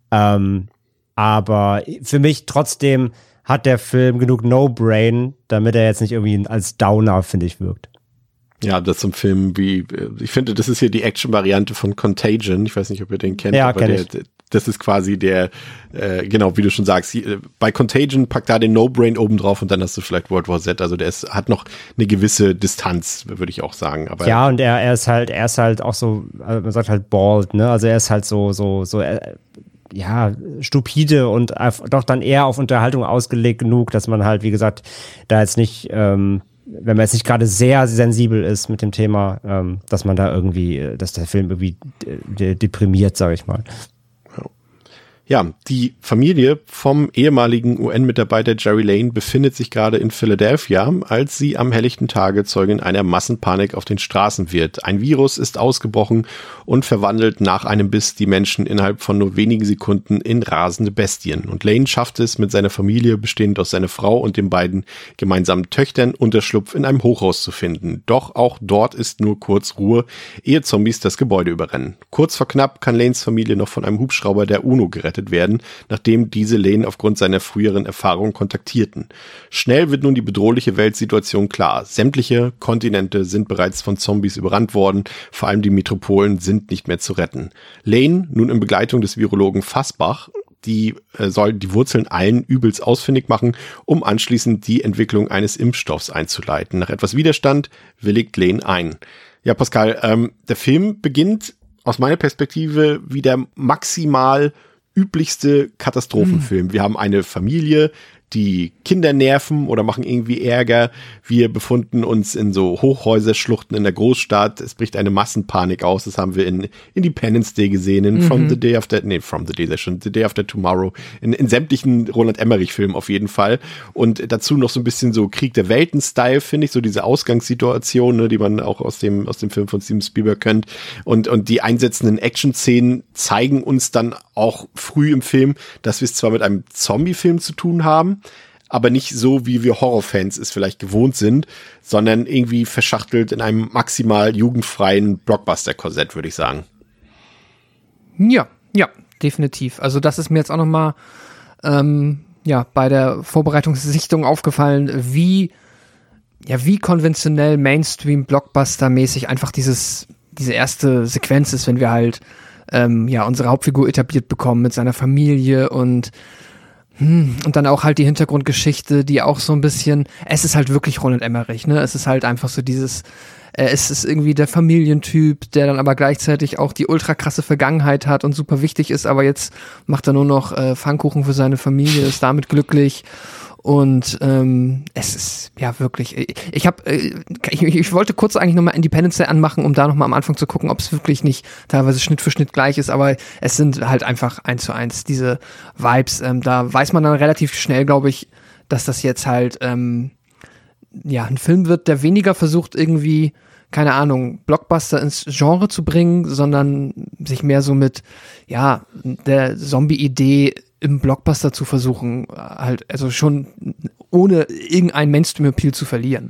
Aber für mich trotzdem hat der Film genug No-Brain, damit er jetzt nicht irgendwie als Downer, finde ich, wirkt. Ja, das zum Film ich finde, das ist hier die Action-Variante von Contagion. Ich weiß nicht, ob ihr den kennt, aber das ist quasi der, genau, wie du schon sagst, bei Contagion packt da den No-Brain oben drauf und dann hast du vielleicht World War Z. Also hat noch eine gewisse Distanz, würde ich auch sagen. Aber ja, und er ist halt auch so, man sagt halt bald, ne? Also er ist halt so stupide und doch dann eher auf Unterhaltung ausgelegt genug, dass man halt, wie gesagt, da jetzt nicht, wenn man jetzt nicht gerade sehr sensibel ist mit dem Thema, dass man da irgendwie, dass der Film irgendwie deprimiert, sage ich mal. Ja, die Familie vom ehemaligen UN-Mitarbeiter Jerry Lane befindet sich gerade in Philadelphia, als sie am helllichten Tage Zeugin einer Massenpanik auf den Straßen wird. Ein Virus ist ausgebrochen und verwandelt nach einem Biss die Menschen innerhalb von nur wenigen Sekunden in rasende Bestien. Und Lane schafft es mit seiner Familie, bestehend aus seiner Frau und den beiden gemeinsamen Töchtern, Unterschlupf in einem Hochhaus zu finden. Doch auch dort ist nur kurz Ruhe, ehe Zombies das Gebäude überrennen. Kurz vor knapp kann Lanes Familie noch von einem Hubschrauber der UNO gerettet gerettet werden, nachdem diese Lane aufgrund seiner früheren Erfahrung kontaktierten. Schnell wird nun die bedrohliche Weltsituation klar. Sämtliche Kontinente sind bereits von Zombies überrannt worden, vor allem die Metropolen sind nicht mehr zu retten. Lane, nun in Begleitung des Virologen Fassbach, die soll die Wurzeln allen Übels ausfindig machen, um anschließend die Entwicklung eines Impfstoffs einzuleiten. Nach etwas Widerstand willigt Lane ein. Ja, Pascal, der Film beginnt aus meiner Perspektive wie der maximal üblichste Katastrophenfilm. Wir haben eine Familie, die Kinder nerven oder machen irgendwie Ärger. Wir befinden uns in so Hochhäuserschluchten in der Großstadt. Es bricht eine Massenpanik aus. Das haben wir in Independence Day gesehen, in The Day After Tomorrow, in sämtlichen Roland Emmerich-Filmen auf jeden Fall. Und dazu noch so ein bisschen so Krieg der Welten-Style, finde ich, so diese Ausgangssituation, ne, die man auch aus dem Film von Steven Spielberg kennt. Und die einsetzenden Action-Szenen zeigen uns dann auch früh im Film, dass wir es zwar mit einem Zombie-Film zu tun haben, aber nicht so, wie wir Horrorfans es vielleicht gewohnt sind, sondern irgendwie verschachtelt in einem maximal jugendfreien Blockbuster-Korsett, würde ich sagen. Ja, definitiv. Also das ist mir jetzt auch nochmal bei der Vorbereitungssichtung aufgefallen, wie konventionell Mainstream-Blockbuster-mäßig einfach diese erste Sequenz ist, wenn wir halt unsere Hauptfigur etabliert bekommen mit seiner Familie und dann auch halt die Hintergrundgeschichte, die auch so ein bisschen, es ist halt wirklich Roland Emmerich, ne? Es ist halt einfach so es ist irgendwie der Familientyp, der dann aber gleichzeitig auch die ultra krasse Vergangenheit hat und super wichtig ist, aber jetzt macht er nur noch Pfannkuchen für seine Familie, ist damit glücklich. Und es ist ja wirklich, ich wollte kurz eigentlich nochmal Independence Day anmachen, um da nochmal am Anfang zu gucken, ob es wirklich nicht teilweise Schnitt für Schnitt gleich ist, aber es sind halt einfach 1:1 diese Vibes. Da weiß man dann relativ schnell, glaube ich, dass das jetzt halt ein Film wird, der weniger versucht irgendwie, keine Ahnung, Blockbuster ins Genre zu bringen, sondern sich mehr so mit der Zombie-Idee im Blockbuster zu versuchen, halt, also schon ohne irgendeinen Mainstream-Appeal zu verlieren.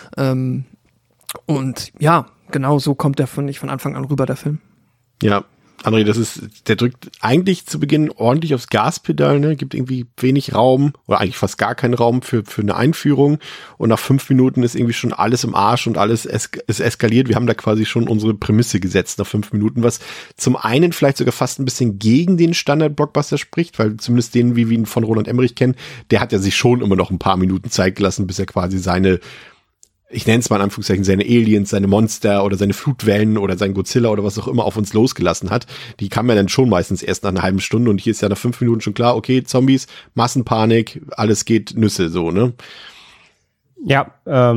Und ja, genau so kommt der von Anfang an rüber, der Film. Ja, André, der drückt eigentlich zu Beginn ordentlich aufs Gaspedal, ne? Gibt irgendwie wenig Raum oder eigentlich fast gar keinen Raum für eine Einführung und nach 5 Minuten ist irgendwie schon alles im Arsch und alles ist eskaliert. Wir haben da quasi schon unsere Prämisse gesetzt nach 5 Minuten, was zum einen vielleicht sogar fast ein bisschen gegen den Standard-Blockbuster spricht, weil zumindest den, wie wir ihn von Roland Emmerich kennen, der hat ja sich schon immer noch ein paar Minuten Zeit gelassen, bis er quasi seine, ich nenne es mal in Anführungszeichen, seine Aliens, seine Monster oder seine Flutwellen oder sein Godzilla oder was auch immer auf uns losgelassen hat. Die kamen ja dann schon meistens erst nach einer halben Stunde und hier ist ja nach 5 Minuten schon klar, okay, Zombies, Massenpanik, alles geht Nüsse, so, ne? Ja,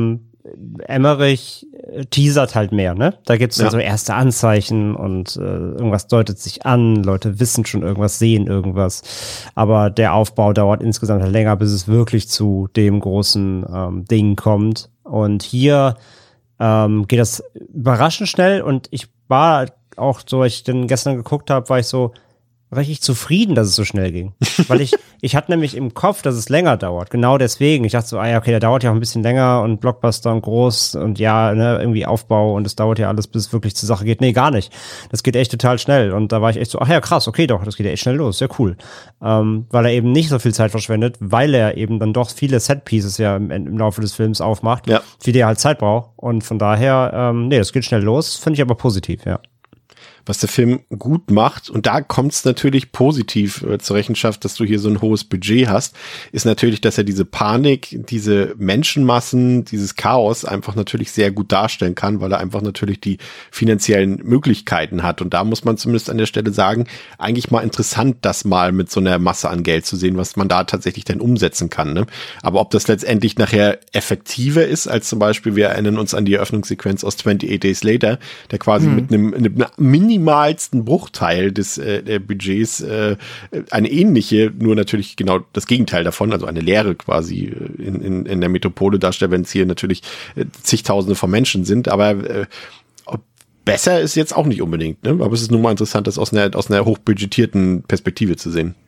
Emmerich teasert halt mehr, ne? Da gibt's dann so erste Anzeichen und irgendwas deutet sich an, Leute wissen schon irgendwas, sehen irgendwas. Aber der Aufbau dauert insgesamt halt länger, bis es wirklich zu dem großen Ding kommt. Und hier geht das überraschend schnell und ich war auch so, als ich den gestern geguckt habe, war ich so richtig zufrieden, dass es so schnell ging. Weil ich hatte nämlich im Kopf, dass es länger dauert. Genau deswegen. Ich dachte so, okay, der dauert ja auch ein bisschen länger und Blockbuster und groß und irgendwie Aufbau und es dauert ja alles, bis es wirklich zur Sache geht. Nee, gar nicht. Das geht echt total schnell. Und da war ich echt so, krass, okay, doch, das geht ja echt schnell los. Sehr cool. Weil er eben nicht so viel Zeit verschwendet, weil er eben dann doch viele Set-Pieces ja im Laufe des Films aufmacht, für die er halt Zeit braucht. Und von daher, das geht schnell los. Finde ich aber positiv, ja. Was der Film gut macht, und da kommt es natürlich positiv zur Rechenschaft, dass du hier so ein hohes Budget hast, ist natürlich, dass er diese Panik, diese Menschenmassen, dieses Chaos einfach natürlich sehr gut darstellen kann, weil er einfach natürlich die finanziellen Möglichkeiten hat. Und da muss man zumindest an der Stelle sagen, eigentlich mal interessant, das mal mit so einer Masse an Geld zu sehen, was man da tatsächlich dann umsetzen kann. Ne? Aber ob das letztendlich nachher effektiver ist, als zum Beispiel, wir erinnern uns an die Eröffnungssequenz aus 28 Days Later, der quasi mit einem minimalsten Bruchteil des Budgets eine ähnliche, nur natürlich genau das Gegenteil davon, also eine Leere quasi in der Metropole darstellt, wenn es hier natürlich zigtausende von Menschen sind, aber besser ist jetzt auch nicht unbedingt, ne? Aber es ist nun mal interessant, das aus einer hochbudgetierten Perspektive zu sehen.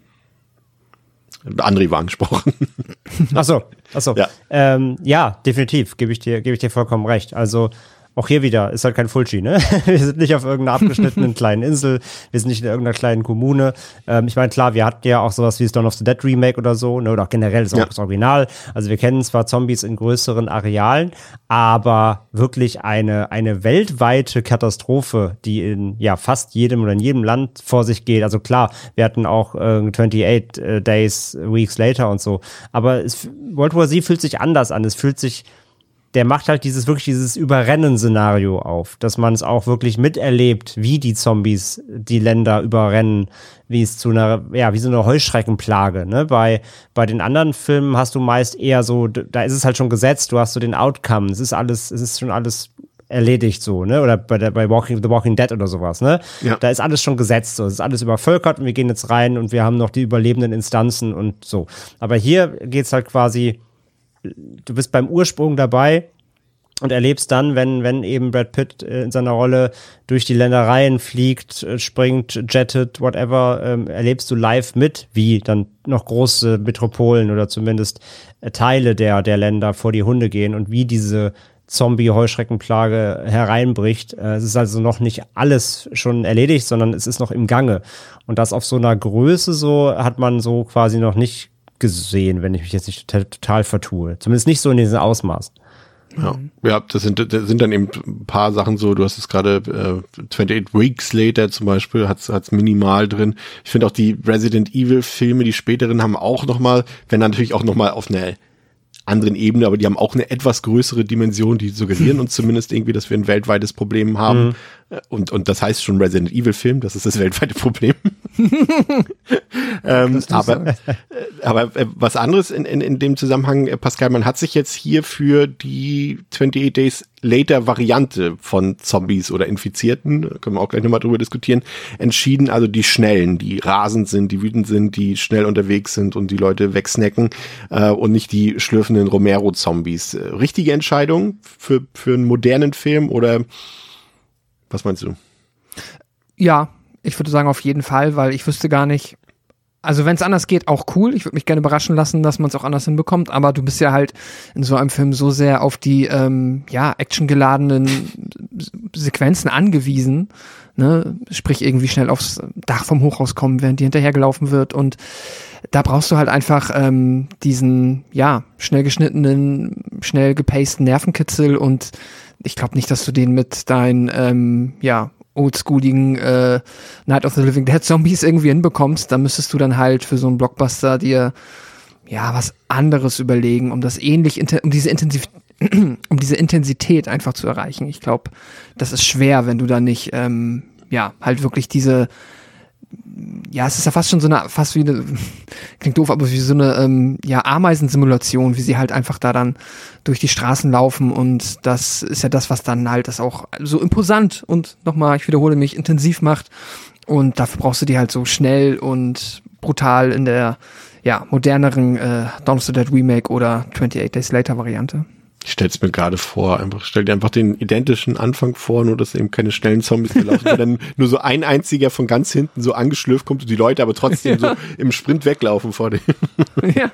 André war angesprochen. Ach so. Ja, definitiv, gebe ich dir vollkommen recht. Also auch hier wieder, ist halt kein Fulci, ne? Wir sind nicht auf irgendeiner abgeschnittenen kleinen Insel, wir sind nicht in irgendeiner kleinen Kommune. Ich meine, klar, wir hatten ja auch sowas wie das Dawn of the Dead Remake oder so, ne? Oder auch generell das Original. Also wir kennen zwar Zombies in größeren Arealen, aber wirklich eine weltweite Katastrophe, die in fast jedem oder in jedem Land vor sich geht. Also klar, wir hatten auch 28 Days, Weeks Later und so. Aber World War Z fühlt sich anders an. Es fühlt sich, der macht halt dieses Überrennen-Szenario auf, dass man es auch wirklich miterlebt, wie die Zombies die Länder überrennen, wie es zu einer, wie so eine Heuschreckenplage, ne? Bei den anderen Filmen hast du meist eher so, da ist es halt schon gesetzt, du hast so den Outcome, es ist schon alles erledigt so, ne? Oder bei The Walking Dead oder sowas, ne? Ja. Da ist alles schon gesetzt, so. Es ist alles übervölkert und wir gehen jetzt rein und wir haben noch die überlebenden Instanzen und so. Aber hier geht's halt quasi, du bist beim Ursprung dabei und erlebst dann, wenn eben Brad Pitt in seiner Rolle durch die Ländereien fliegt, springt, jettet, whatever, erlebst du live mit, wie dann noch große Metropolen oder zumindest Teile der Länder vor die Hunde gehen und wie diese Zombie-Heuschreckenplage hereinbricht. Es ist also noch nicht alles schon erledigt, sondern es ist noch im Gange. Und das auf so einer Größe so hat man so quasi noch nicht gesehen, wenn ich mich jetzt nicht total vertue. Zumindest nicht so in diesem Ausmaß. Ja, das sind dann eben ein paar Sachen so, du hast es gerade 28 Weeks Later zum Beispiel, hat's minimal drin. Ich finde auch die Resident Evil Filme, die späteren, haben auch nochmal, wenn dann natürlich auch nochmal auf einer anderen Ebene, aber die haben auch eine etwas größere Dimension, die suggerieren uns zumindest irgendwie, dass wir ein weltweites Problem haben. Und das heißt schon Resident Evil Film, das ist das weltweite Problem. Aber was anderes in dem Zusammenhang, Pascal, man hat sich jetzt hier für die 28 Days Later Variante von Zombies oder Infizierten, können wir auch gleich nochmal drüber diskutieren, entschieden, also die Schnellen, die rasend sind, die wütend sind, die schnell unterwegs sind und die Leute wegsnacken und nicht die schlürfenden Romero-Zombies. Richtige Entscheidung für einen modernen Film oder was meinst du? Ja, ich würde sagen auf jeden Fall, weil ich wüsste gar nicht, also wenn es anders geht, auch cool. Ich würde mich gerne überraschen lassen, dass man es auch anders hinbekommt, aber du bist ja halt in so einem Film so sehr auf die actiongeladenen Sequenzen angewiesen, ne? Sprich irgendwie schnell aufs Dach vom Hochhaus kommen, während dir hinterhergelaufen wird, und da brauchst du halt einfach diesen schnell geschnittenen, schnell gepaceden Nervenkitzel, und ich glaube nicht, dass du den mit deinen oldschooligen Night of the Living Dead Zombies irgendwie hinbekommst. Da müsstest du dann halt für so einen Blockbuster dir was anderes überlegen, um das um diese Intensität einfach zu erreichen. Ich glaube, das ist schwer, wenn du da nicht halt wirklich diese, es ist ja fast schon so eine, fast wie eine, klingt doof, aber wie so eine Ameisensimulation, wie sie halt einfach da dann durch die Straßen laufen, und das ist ja das, was dann halt das auch so imposant und nochmal, ich wiederhole mich, intensiv macht, und dafür brauchst du die halt so schnell und brutal in der moderneren Dawn of the Dead Remake oder 28 Days Later Variante. Ich stell's mir gerade vor, stell dir einfach den identischen Anfang vor, nur dass eben keine schnellen Zombies mehr laufen, sondern nur so ein einziger von ganz hinten so angeschlürft kommt und die Leute aber trotzdem so im Sprint weglaufen vor dem. Ja.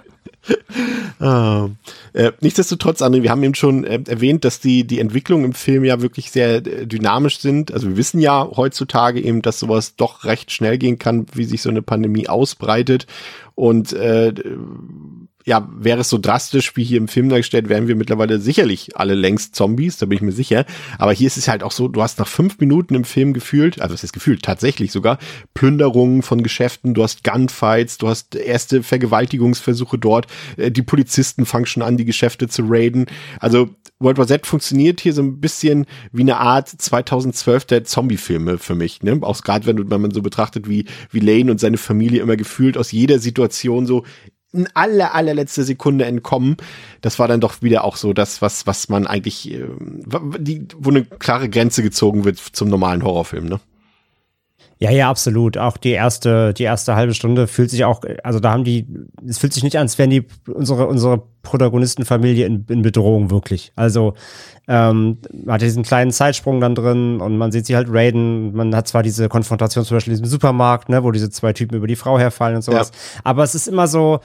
Nichtsdestotrotz, André, wir haben eben schon erwähnt, dass die Entwicklungen im Film ja wirklich sehr dynamisch sind. Also wir wissen ja heutzutage eben, dass sowas doch recht schnell gehen kann, wie sich so eine Pandemie ausbreitet. Und wäre es so drastisch wie hier im Film dargestellt, wären wir mittlerweile sicherlich alle längst Zombies, da bin ich mir sicher. Aber hier ist es halt auch so, du hast nach 5 Minuten im Film gefühlt, also es ist gefühlt tatsächlich sogar, Plünderungen von Geschäften, du hast Gunfights, du hast erste Vergewaltigungsversuche dort, die Polizisten fangen schon an, die Geschäfte zu raiden. Also World War Z funktioniert hier so ein bisschen wie eine Art 2012 der Zombie-Filme für mich, ne? Auch gerade wenn man so betrachtet, wie Lane und seine Familie immer gefühlt aus jeder Situation so in allerletzte Sekunde entkommen. Das war dann doch wieder auch so das, was man eigentlich, wo eine klare Grenze gezogen wird zum normalen Horrorfilm, ne? Ja, absolut. Auch die erste halbe Stunde fühlt sich auch, also es fühlt sich nicht an, als wären unsere Protagonistenfamilie in Bedrohung wirklich. Also man hat diesen kleinen Zeitsprung dann drin und man sieht sie halt raiden. Man hat zwar diese Konfrontation zum Beispiel in diesem Supermarkt, ne, wo diese 2 Typen über die Frau herfallen und sowas, aber es ist immer so,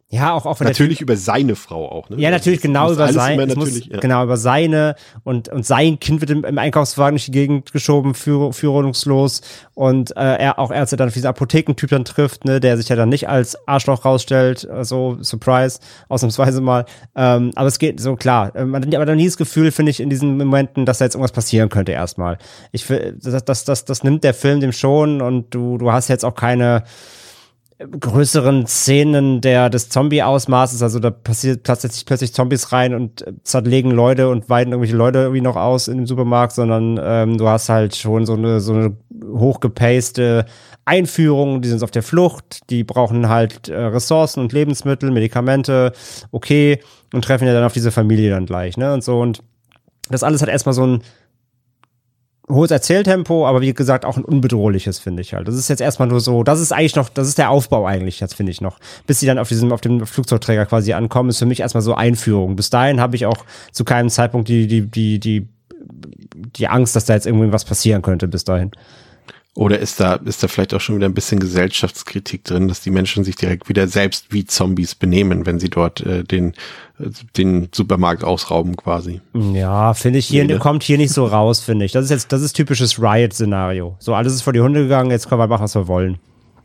Ja, auch wenn natürlich über seine Frau auch, ne? Ja, natürlich genau über seine, ja. Genau über seine und sein Kind wird im Einkaufswagen durch die Gegend geschoben, führungslos und er als er dann auf diesen Apothekentyp dann trifft, ne, der sich ja dann nicht als Arschloch rausstellt, so Surprise, ausnahmsweise mal, aber es geht so klar, man hat aber dann nie das Gefühl, finde ich, in diesen Momenten, dass da jetzt irgendwas passieren könnte erstmal. Ich finde, das nimmt der Film dem schon und du hast jetzt auch keine größeren Szenen des Zombie-Ausmaßes, also da passiert plötzlich Zombies rein und zerlegen Leute und weiden irgendwelche Leute irgendwie noch aus in dem Supermarkt, sondern du hast halt schon so eine hochgepaste Einführung, die sind auf der Flucht, die brauchen halt Ressourcen und Lebensmittel, Medikamente, okay, und treffen ja dann auf diese Familie dann gleich, ne, und so, und das alles hat erstmal so ein hohes Erzähltempo, aber wie gesagt auch ein unbedrohliches, finde ich halt. Das ist jetzt erstmal nur so, das ist der Aufbau eigentlich, jetzt finde ich noch. Bis sie dann auf dem Flugzeugträger quasi ankommen, ist für mich erstmal so Einführung. Bis dahin habe ich auch zu keinem Zeitpunkt die Angst, dass da jetzt irgendwie was passieren könnte bis dahin. Oder ist da vielleicht auch schon wieder ein bisschen Gesellschaftskritik drin, dass die Menschen sich direkt wieder selbst wie Zombies benehmen, wenn sie dort den Supermarkt ausrauben quasi? Ja, finde ich, kommt hier nicht so raus, finde ich. Das ist typisches Riot-Szenario. So, alles ist vor die Hunde gegangen, jetzt können wir machen, was wir wollen.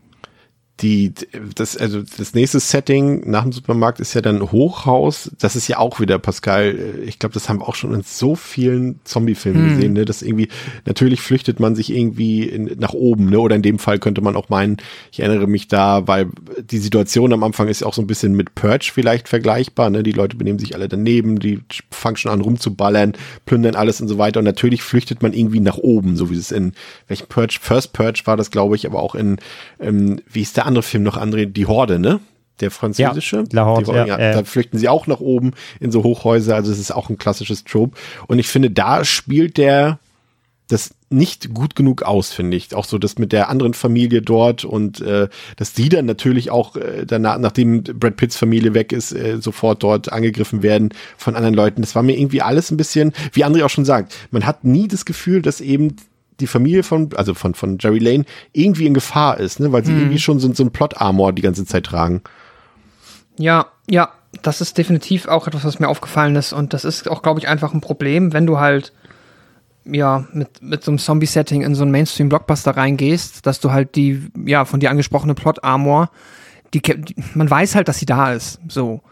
Das nächste Setting nach dem Supermarkt ist ja dann Hochhaus. Das ist ja auch wieder, Pascal, ich glaube, das haben wir auch schon in so vielen Zombie-Filmen gesehen, ne? Dass irgendwie, natürlich flüchtet man sich irgendwie nach oben, ne? Oder in dem Fall könnte man auch meinen, ich erinnere mich da, weil die Situation am Anfang ist ja auch so ein bisschen mit Purge vielleicht vergleichbar, ne? Die Leute benehmen sich alle daneben, die fangen schon an rumzuballern, plündern alles und so weiter. Und natürlich flüchtet man irgendwie nach oben, so wie es in welchem Purge, First Purge war das, glaube ich, aber auch in, wie ist der andere Film noch, André, die Horde, ne? Der französische. Ja, Horde, da flüchten sie auch nach oben in so Hochhäuser, also es ist auch ein klassisches Trope. Und ich finde, da spielt der das nicht gut genug aus, finde ich. Auch so das mit der anderen Familie dort und dass die dann natürlich auch danach, nachdem Brad Pitts Familie weg ist, sofort dort angegriffen werden von anderen Leuten. Das war mir irgendwie alles ein bisschen, wie André auch schon sagt, man hat nie das Gefühl, dass eben die Familie von Jerry Lane irgendwie in Gefahr ist, ne, weil sie irgendwie schon so ein Plot-Armor die ganze Zeit tragen. Ja, das ist definitiv auch etwas, was mir aufgefallen ist und das ist auch, glaube ich, einfach ein Problem, wenn du halt mit so einem Zombie-Setting in so einen Mainstream-Blockbuster reingehst, dass du halt die, von dir angesprochene Plot-Armor, man weiß halt, dass sie da ist, so.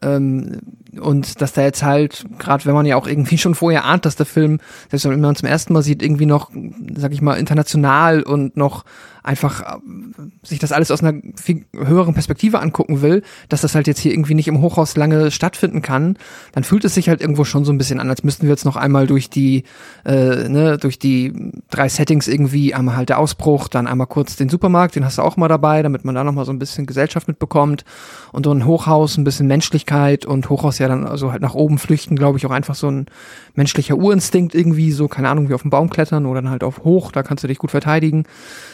Und dass da jetzt halt, gerade wenn man ja auch irgendwie schon vorher ahnt, dass der Film, selbst wenn man zum ersten Mal sieht, irgendwie noch, sag ich mal, international und noch einfach sich das alles aus einer viel höheren Perspektive angucken will, dass das halt jetzt hier irgendwie nicht im Hochhaus lange stattfinden kann, dann fühlt es sich halt irgendwo schon so ein bisschen an, als müssten wir jetzt noch einmal durch die 3 Settings irgendwie, einmal halt der Ausbruch, dann einmal kurz den Supermarkt, den hast du auch mal dabei, damit man da nochmal so ein bisschen Gesellschaft mitbekommt und so ein Hochhaus, ein bisschen Menschlichkeit und Hochhaus ja dann also halt nach oben flüchten, glaube ich, auch einfach so ein menschlicher Urinstinkt irgendwie, so, keine Ahnung, wie auf den Baum klettern oder dann halt auf hoch, da kannst du dich gut verteidigen.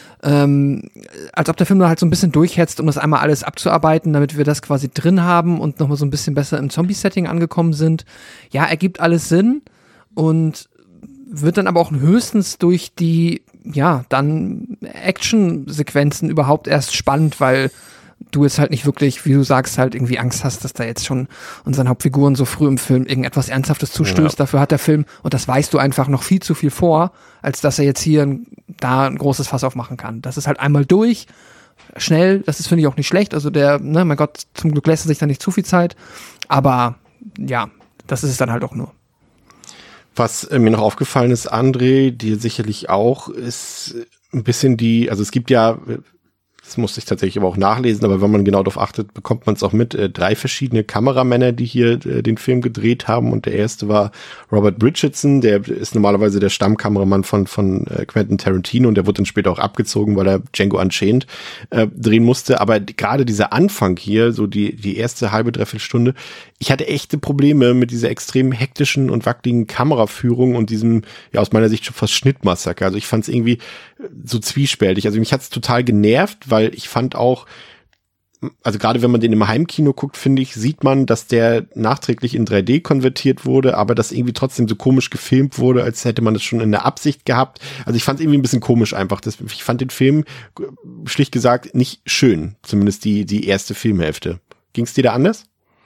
Als ob der Film da halt so ein bisschen durchhetzt, um das einmal alles abzuarbeiten, damit wir das quasi drin haben und nochmal so ein bisschen besser im Zombie-Setting angekommen sind. Ja, ergibt alles Sinn und wird dann aber auch höchstens durch die, dann Action-Sequenzen überhaupt erst spannend, weil du jetzt halt nicht wirklich, wie du sagst, halt irgendwie Angst hast, dass da jetzt schon unseren Hauptfiguren so früh im Film irgendetwas Ernsthaftes zustößt. Ja. Dafür hat der Film, und das weißt du einfach, noch viel zu viel vor, als dass er jetzt hier da ein großes Fass aufmachen kann. Das ist halt einmal durch, schnell, das ist, finde ich, auch nicht schlecht. Also mein Gott, zum Glück lässt er sich da nicht zu viel Zeit. Aber das ist es dann halt auch nur. Was mir noch aufgefallen ist, André, dir sicherlich auch, ist ein bisschen also es gibt ja, das musste ich tatsächlich aber auch nachlesen, aber wenn man genau darauf achtet, bekommt man es auch mit. 3 verschiedene Kameramänner, die hier den Film gedreht haben. Und der erste war Robert Richardson, der ist normalerweise der Stammkameramann von Quentin Tarantino und der wurde dann später auch abgezogen, weil er Django Unchained drehen musste. Aber gerade dieser Anfang hier, so die erste halbe, dreiviertel Stunde, ich hatte echte Probleme mit dieser extrem hektischen und wackeligen Kameraführung und diesem, aus meiner Sicht schon fast Schnittmassaker. Also ich fand es irgendwie so zwiespältig. Also mich hat es total genervt, weil ich fand auch, also gerade wenn man den im Heimkino guckt, finde ich, sieht man, dass der nachträglich in 3D konvertiert wurde, aber das irgendwie trotzdem so komisch gefilmt wurde, als hätte man das schon in der Absicht gehabt. Also ich fand es irgendwie ein bisschen komisch einfach. Ich fand den Film, schlicht gesagt, nicht schön. Zumindest die erste Filmhälfte. Ging's dir da anders?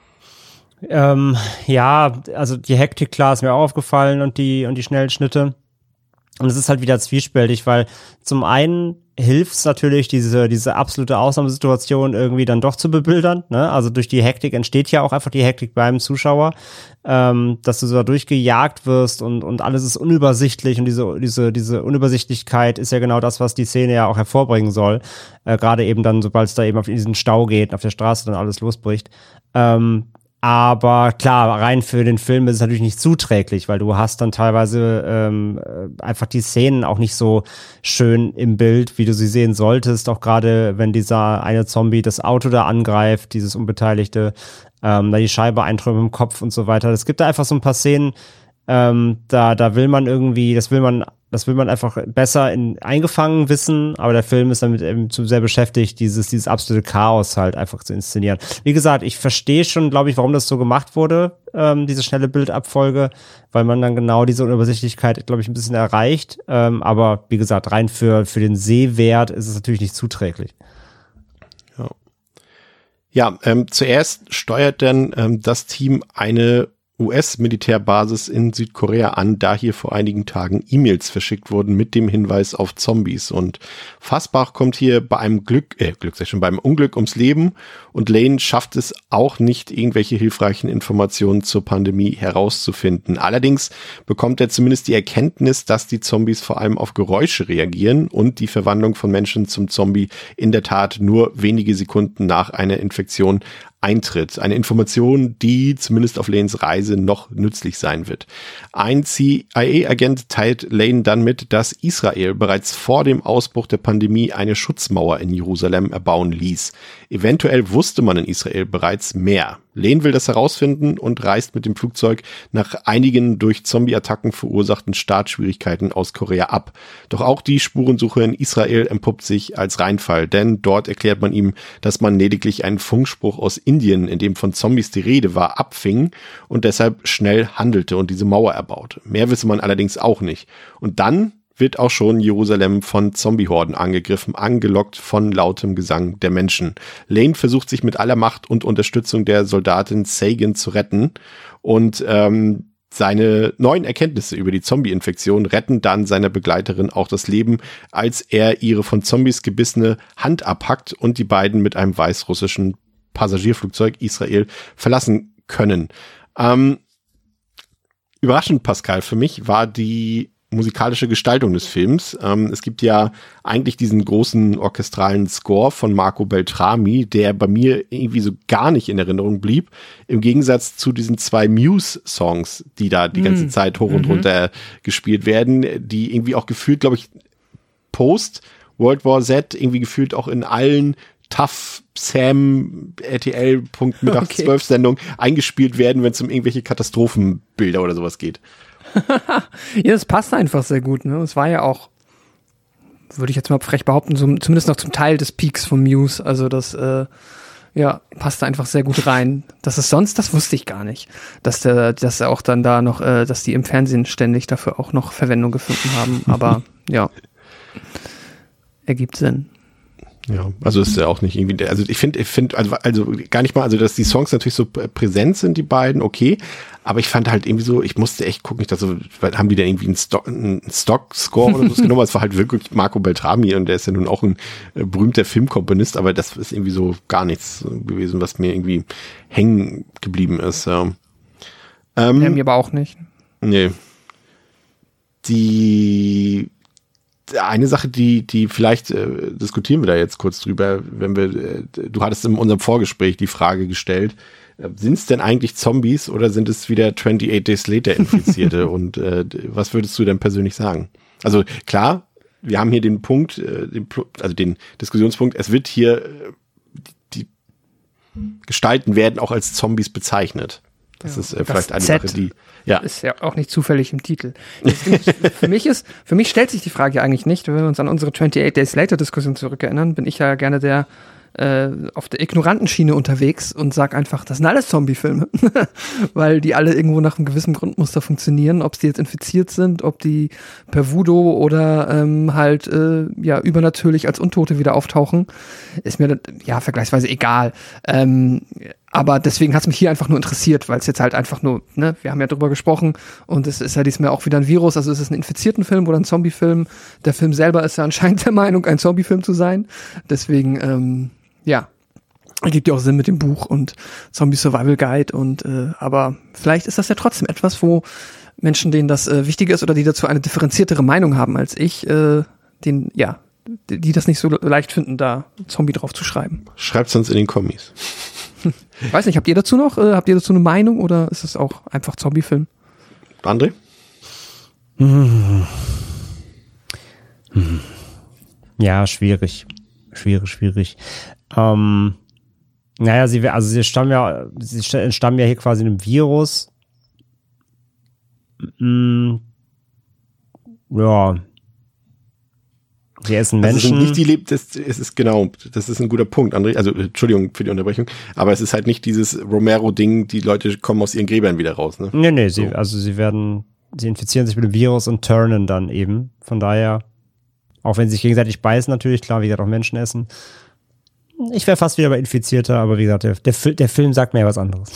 Ja, also die Hektik, klar, ist mir auch aufgefallen und die schnellen Schnitte. Und es ist halt wieder zwiespältig, weil zum einen hilft es natürlich, diese absolute Ausnahmesituation irgendwie dann doch zu bebildern, ne? Also durch die Hektik entsteht ja auch einfach die Hektik beim Zuschauer, dass du so da durchgejagt wirst und alles ist unübersichtlich und diese Unübersichtlichkeit ist ja genau das, was die Szene ja auch hervorbringen soll. Gerade eben dann, sobald es da eben auf diesen Stau geht, auf der Straße dann alles losbricht. Aber klar, rein für den Film ist es natürlich nicht zuträglich, weil du hast dann teilweise einfach die Szenen auch nicht so schön im Bild, wie du sie sehen solltest. Auch gerade, wenn dieser eine Zombie das Auto da angreift, dieses Unbeteiligte, da die Scheibe eintrümmt im Kopf und so weiter. Es gibt da einfach so ein paar Szenen, da will man irgendwie, das will man einfach besser eingefangen wissen, aber der Film ist damit eben zu sehr beschäftigt, dieses absolute Chaos halt einfach zu inszenieren. Wie gesagt, ich verstehe schon, glaube ich, warum das so gemacht wurde, diese schnelle Bildabfolge, weil man dann genau diese Unübersichtlichkeit, glaube ich, ein bisschen erreicht. Aber wie gesagt, rein für den Sehwert ist es natürlich nicht zuträglich. Ja, zuerst steuert dann das Team eine US-Militärbasis in Südkorea an, da hier vor einigen Tagen E-Mails verschickt wurden mit dem Hinweis auf Zombies. Und Fassbach kommt hier bei einem beim Unglück ums Leben und Lane schafft es auch nicht, irgendwelche hilfreichen Informationen zur Pandemie herauszufinden. Allerdings bekommt er zumindest die Erkenntnis, dass die Zombies vor allem auf Geräusche reagieren und die Verwandlung von Menschen zum Zombie in der Tat nur wenige Sekunden nach einer Infektion eintritt. Eine Information, die zumindest auf Lanes Reise noch nützlich sein wird. Ein CIA-Agent teilt Lane dann mit, dass Israel bereits vor dem Ausbruch der Pandemie eine Schutzmauer in Jerusalem erbauen ließ. Eventuell wusste man in Israel bereits mehr. Lane will das herausfinden und reist mit dem Flugzeug nach einigen durch Zombie-Attacken verursachten Startschwierigkeiten aus Korea ab. Doch auch die Spurensuche in Israel entpuppt sich als Reinfall, denn dort erklärt man ihm, dass man lediglich einen Funkspruch aus Indien, in dem von Zombies die Rede war, abfing und deshalb schnell handelte und diese Mauer erbaut. Mehr wisse man allerdings auch nicht. Und dann wird auch schon Jerusalem von Zombiehorden angegriffen, angelockt von lautem Gesang der Menschen. Lane versucht sich mit aller Macht und Unterstützung der Soldatin Sagan zu retten und seine neuen Erkenntnisse über die Zombie-Infektion retten dann seiner Begleiterin auch das Leben, als er ihre von Zombies gebissene Hand abhackt und die beiden mit einem weißrussischen Passagierflugzeug Israel verlassen können. Überraschend, Pascal, für mich war die musikalische Gestaltung des Films. Es gibt ja eigentlich diesen großen orchestralen Score von Marco Beltrami, der bei mir irgendwie so gar nicht in Erinnerung blieb. Im Gegensatz zu diesen 2 Muse-Songs, die da die ganze Zeit hoch und runter gespielt werden, die irgendwie auch gefühlt, glaube ich, post World War Z irgendwie gefühlt auch in allen Tough Sam RTL Mittags 12 Sendungen eingespielt werden, wenn es um irgendwelche Katastrophenbilder oder sowas geht. Ja, das passt einfach sehr gut, ne? Es war ja auch, würde ich jetzt mal frech behaupten, so, zumindest noch zum Teil des Peaks von Muse. Also das, passt einfach sehr gut rein. Das ist sonst, das wusste ich gar nicht, dass er auch dann da noch, dass die im Fernsehen ständig dafür auch noch Verwendung gefunden haben. Aber ja, ergibt Sinn. Ja, also ist ja auch nicht irgendwie, also ich finde, also gar nicht mal, also dass die Songs natürlich so präsent sind, die beiden, okay, aber ich fand halt irgendwie so, ich musste echt gucken, ich dachte so, haben die da irgendwie einen Stock-Score oder so genommen, es war halt wirklich Marco Beltrami und der ist ja nun auch ein berühmter Filmkomponist, aber das ist irgendwie so gar nichts gewesen, was mir irgendwie hängen geblieben ist, ja. Mir aber auch nicht. Nee. Eine Sache, die vielleicht diskutieren wir da jetzt kurz drüber, wenn du hattest in unserem Vorgespräch die Frage gestellt, sind es denn eigentlich Zombies oder sind es wieder 28 Days Later Infizierte und was würdest du denn persönlich sagen? Also klar, wir haben hier den Punkt, den Diskussionspunkt, es wird hier, die Gestalten werden auch als Zombies bezeichnet. Das ist vielleicht eine Sache, die ist ja auch nicht zufällig im Titel. Für mich stellt sich die Frage eigentlich nicht, wenn wir uns an unsere 28 Days Later Diskussion zurückerinnern, bin ich ja gerne der auf der ignoranten Schiene unterwegs und sag einfach, das sind alles Zombie-Filme. Weil die alle irgendwo nach einem gewissen Grundmuster funktionieren. Ob die jetzt infiziert sind, ob die per Voodoo oder übernatürlich als Untote wieder auftauchen, ist mir vergleichsweise egal. Aber deswegen hat es mich hier einfach nur interessiert, weil es jetzt halt einfach nur, ne, wir haben ja drüber gesprochen und es ist ja diesmal auch wieder ein Virus, also es ist ein infizierten Film oder ein Zombie-Film. Der Film selber ist ja anscheinend der Meinung, ein Zombie-Film zu sein. Deswegen, ergibt ja auch Sinn mit dem Buch und Zombie Survival Guide aber vielleicht ist das ja trotzdem etwas, wo Menschen, denen das wichtiger ist oder die dazu eine differenziertere Meinung haben als ich, die das nicht so leicht finden, da Zombie drauf zu schreiben. Schreibt's uns in den Kommis. Ich weiß nicht, habt ihr dazu eine Meinung oder ist es auch einfach Zombie-Film? André? Ja, schwierig. Sie entstammen ja hier quasi einem Virus. Ja. Sie essen Menschen. Es ist genau, das ist ein guter Punkt, André. Also, Entschuldigung für die Unterbrechung, aber es ist halt nicht dieses Romero-Ding, die Leute kommen aus ihren Gräbern wieder raus, ne? Nee, sie infizieren sich mit dem Virus und turnen dann eben. Von daher, auch wenn sie sich gegenseitig beißen, natürlich, klar, wie gesagt, auch Menschen essen. Ich wäre fast wieder bei Infizierter, aber wie gesagt, der Film sagt mir ja was anderes.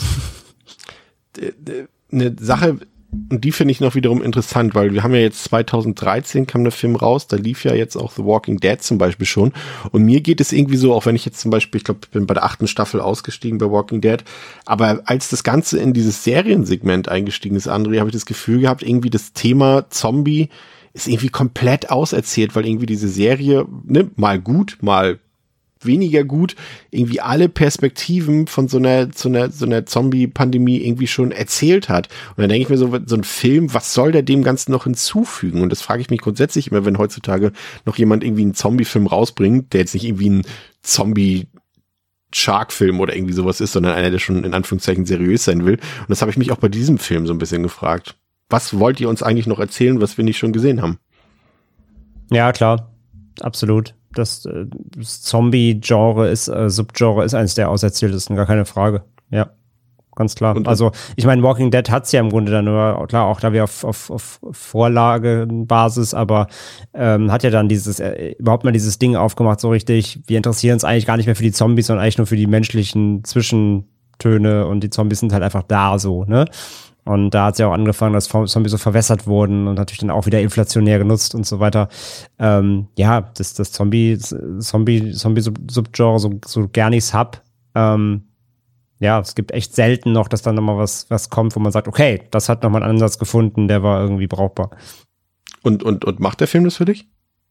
Eine Sache, und die finde ich noch wiederum interessant, weil wir haben ja jetzt 2013 kam der Film raus, da lief ja jetzt auch The Walking Dead zum Beispiel schon. Und mir geht es irgendwie so, auch wenn ich jetzt zum Beispiel, ich glaube, ich bin bei der 8. Staffel ausgestiegen bei Walking Dead, aber als das Ganze in dieses Seriensegment eingestiegen ist, André, habe ich das Gefühl gehabt, irgendwie das Thema Zombie ist irgendwie komplett auserzählt, weil irgendwie diese Serie, ne, mal gut, mal weniger gut, irgendwie alle Perspektiven von so einer Zombie-Pandemie irgendwie schon erzählt hat. Und dann denke ich mir so ein Film, was soll der dem Ganzen noch hinzufügen? Und das frage ich mich grundsätzlich immer, wenn heutzutage noch jemand irgendwie einen Zombie-Film rausbringt, der jetzt nicht irgendwie ein Zombie-Shark-Film oder irgendwie sowas ist, sondern einer, der schon in Anführungszeichen seriös sein will. Und das habe ich mich auch bei diesem Film so ein bisschen gefragt. Was wollt ihr uns eigentlich noch erzählen, was wir nicht schon gesehen haben? Ja, klar. Absolut. Das Zombie-Genre Subgenre ist eines der auserzähltesten, gar keine Frage. Ja, ganz klar. Und also, ich meine, Walking Dead hat's ja im Grunde dann nur, klar, auch da wir auf Vorlagenbasis, aber hat ja dann überhaupt mal dieses Ding aufgemacht, so richtig, wir interessieren uns eigentlich gar nicht mehr für die Zombies, sondern eigentlich nur für die menschlichen Zwischentöne und die Zombies sind halt einfach da so, ne? Und da hat es ja auch angefangen, dass Zombies so verwässert wurden und natürlich dann auch wieder inflationär genutzt und so weiter. Das Zombie-Subgenre, so gern ich's hab. Es gibt echt selten noch, dass dann nochmal was kommt, wo man sagt, okay, das hat nochmal einen Ansatz gefunden, der war irgendwie brauchbar. Und macht der Film das für dich?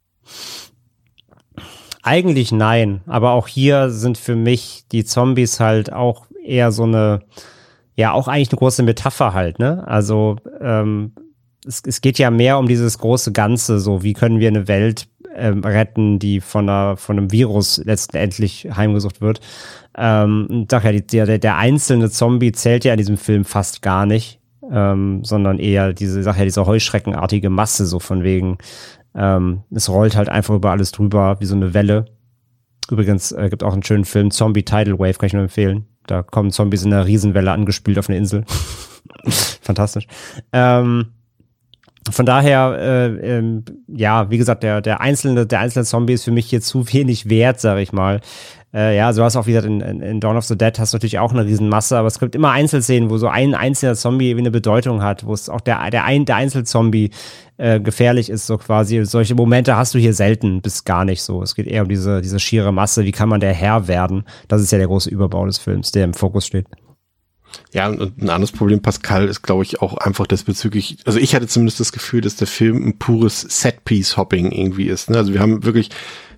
Eigentlich nein, aber auch hier sind für mich die Zombies halt auch eher so eine, ja, auch eigentlich eine große Metapher halt, ne? Also es geht ja mehr um dieses große Ganze, so wie können wir eine Welt retten, die von einem Virus letztendlich heimgesucht wird. Ich sag ja, der einzelne Zombie zählt ja in diesem Film fast gar nicht, sondern eher diese heuschreckenartige Masse, so von wegen, es rollt halt einfach über alles drüber, wie so eine Welle. Übrigens gibt auch einen schönen Film, Zombie Tidal Wave, kann ich nur empfehlen. Da kommen Zombies in einer Riesenwelle angespült auf eine Insel. Fantastisch. Von daher, wie gesagt, der einzelne Zombie ist für mich hier zu wenig wert, sag ich mal. So hast du auch wieder in Dawn of the Dead hast du natürlich auch eine Riesenmasse, aber es gibt immer Einzelszenen, wo so ein einzelner Zombie irgendwie eine Bedeutung hat, wo es auch der Einzelzombie gefährlich ist, so quasi. Solche Momente hast du hier selten bis gar nicht so. Es geht eher um diese schiere Masse. Wie kann man der Herr werden? Das ist ja der große Überbau des Films, der im Fokus steht. Ja, und ein anderes Problem, Pascal, ist, glaube ich, auch einfach das bezüglich, also ich hatte zumindest das Gefühl, dass der Film ein pures Set-Piece-Hopping irgendwie ist. Ne? Also wir haben wirklich,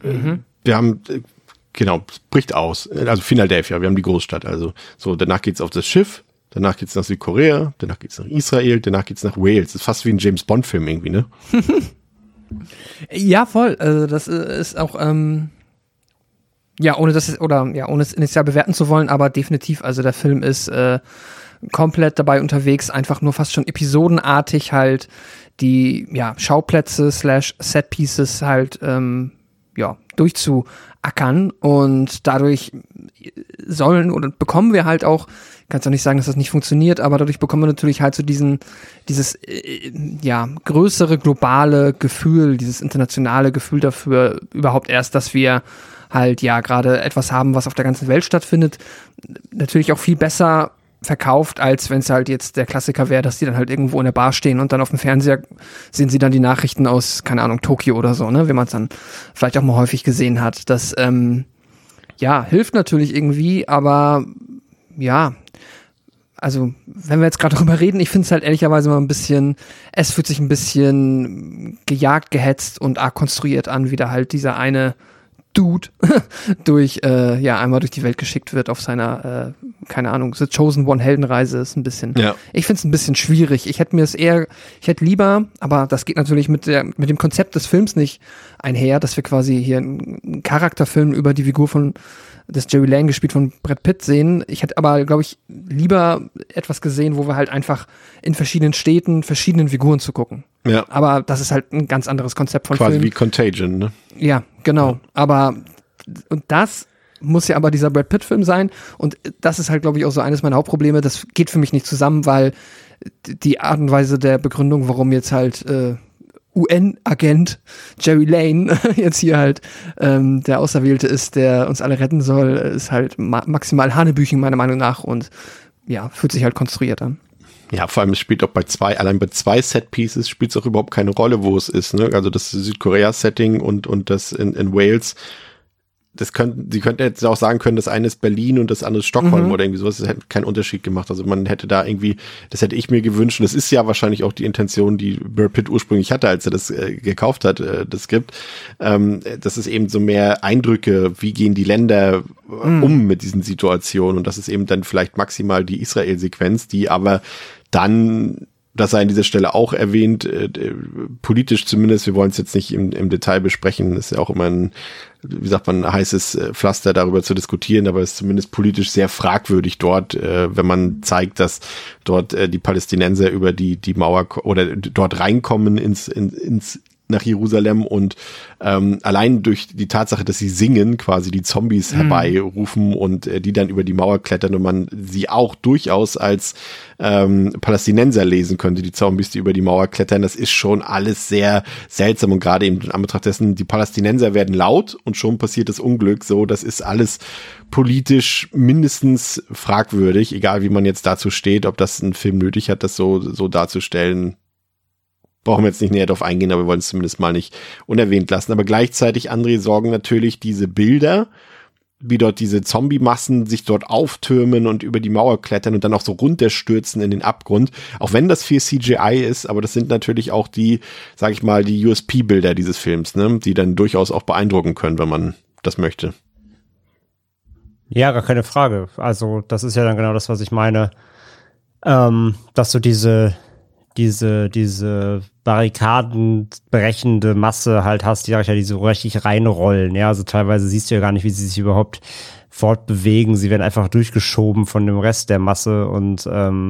genau, es bricht aus. Also Philadelphia, wir haben die Großstadt. Also so, danach geht's auf das Schiff, danach geht's nach Südkorea, danach geht's nach Israel, danach geht's nach Wales. Das ist fast wie ein James-Bond-Film irgendwie, ne? Ja, voll. Also das ist auch, ohne es initial bewerten zu wollen, aber definitiv, also der Film ist komplett dabei unterwegs, einfach nur fast schon episodenartig halt die Schauplätze / Set-Pieces halt durchzuackern und dadurch sollen oder bekommen wir halt auch, kannst auch nicht sagen, dass das nicht funktioniert, aber dadurch bekommen wir natürlich halt so dieses größere globale Gefühl, dieses internationale Gefühl dafür überhaupt erst, dass wir halt ja gerade etwas haben, was auf der ganzen Welt stattfindet, natürlich auch viel besser verkauft, als wenn es halt jetzt der Klassiker wäre, dass die dann halt irgendwo in der Bar stehen und dann auf dem Fernseher sehen sie dann die Nachrichten aus, keine Ahnung, Tokio oder so, ne, wie man es dann vielleicht auch mal häufig gesehen hat. Das, hilft natürlich irgendwie, aber ja, also wenn wir jetzt gerade drüber reden, ich finde es halt ehrlicherweise mal es fühlt sich ein bisschen gejagt, gehetzt und arg konstruiert an, wie da halt dieser eine Dude einmal durch die Welt geschickt wird auf seiner, keine Ahnung, The Chosen One Heldenreise ist ein bisschen, ich finde es ein bisschen schwierig. Ich hätte lieber, aber das geht natürlich mit dem Konzept des Films nicht einher, dass wir quasi hier einen Charakterfilm über die Figur des Jerry Lane gespielt von Brad Pitt sehen. Ich hätte aber, glaube ich, lieber etwas gesehen, wo wir halt einfach in verschiedenen Städten verschiedenen Figuren zu gucken. Ja. Aber das ist halt ein ganz anderes Konzept von Quasi Film. Wie Contagion, ne? Ja, genau. Aber und das muss ja aber dieser Brad Pitt-Film sein. Und das ist halt, glaube ich, auch so eines meiner Hauptprobleme. Das geht für mich nicht zusammen, weil die Art und Weise der Begründung, warum jetzt halt UN-Agent Jerry Lane jetzt hier halt der Auserwählte ist, der uns alle retten soll, ist halt maximal Hanebüchen meiner Meinung nach und ja, fühlt sich halt konstruiert an. Ja, vor allem es spielt auch allein bei zwei Set-Pieces spielt es auch überhaupt keine Rolle, wo es ist, ne? Also das Südkorea-Setting und das in Wales. Sie könnten jetzt auch sagen können, das eine ist Berlin und das andere ist Stockholm oder irgendwie sowas. Das hätte keinen Unterschied gemacht. Also man hätte da irgendwie, das hätte ich mir gewünscht. Und das ist ja wahrscheinlich auch die Intention, die Brad Pitt ursprünglich hatte, als er das gekauft hat, das Skript. Das ist eben so mehr Eindrücke, wie gehen die Länder um mit diesen Situationen. Und das ist eben dann vielleicht maximal die Israel-Sequenz, die aber dann, das sei an dieser Stelle auch erwähnt, politisch zumindest, wir wollen es jetzt nicht im Detail besprechen, ist ja auch immer ein heißes Pflaster darüber zu diskutieren, aber es ist zumindest politisch sehr fragwürdig dort, wenn man zeigt, dass dort die Palästinenser über die Mauer oder dort reinkommen nach Jerusalem und allein durch die Tatsache, dass sie singen, quasi die Zombies herbeirufen und die dann über die Mauer klettern und man sie auch durchaus als Palästinenser lesen könnte, die Zombies, die über die Mauer klettern, das ist schon alles sehr seltsam und gerade eben in Anbetracht dessen, die Palästinenser werden laut und schon passiert das Unglück, so, das ist alles politisch mindestens fragwürdig, egal wie man jetzt dazu steht, ob das ein Film nötig hat, das so darzustellen. Brauchen wir jetzt nicht näher drauf eingehen, aber wir wollen es zumindest mal nicht unerwähnt lassen. Aber gleichzeitig, André, sorgen natürlich diese Bilder, wie dort diese Zombie-Massen sich dort auftürmen und über die Mauer klettern und dann auch so runterstürzen in den Abgrund. Auch wenn das viel CGI ist, aber das sind natürlich auch die, sag ich mal, die USP-Bilder dieses Films, ne, die dann durchaus auch beeindrucken können, wenn man das möchte. Ja, gar keine Frage. Also das ist ja dann genau das, was ich meine, dass du diese barrikadenbrechende Masse halt hast, die so richtig reinrollen, ja, also teilweise siehst du ja gar nicht, wie sie sich überhaupt fortbewegen, sie werden einfach durchgeschoben von dem Rest der Masse und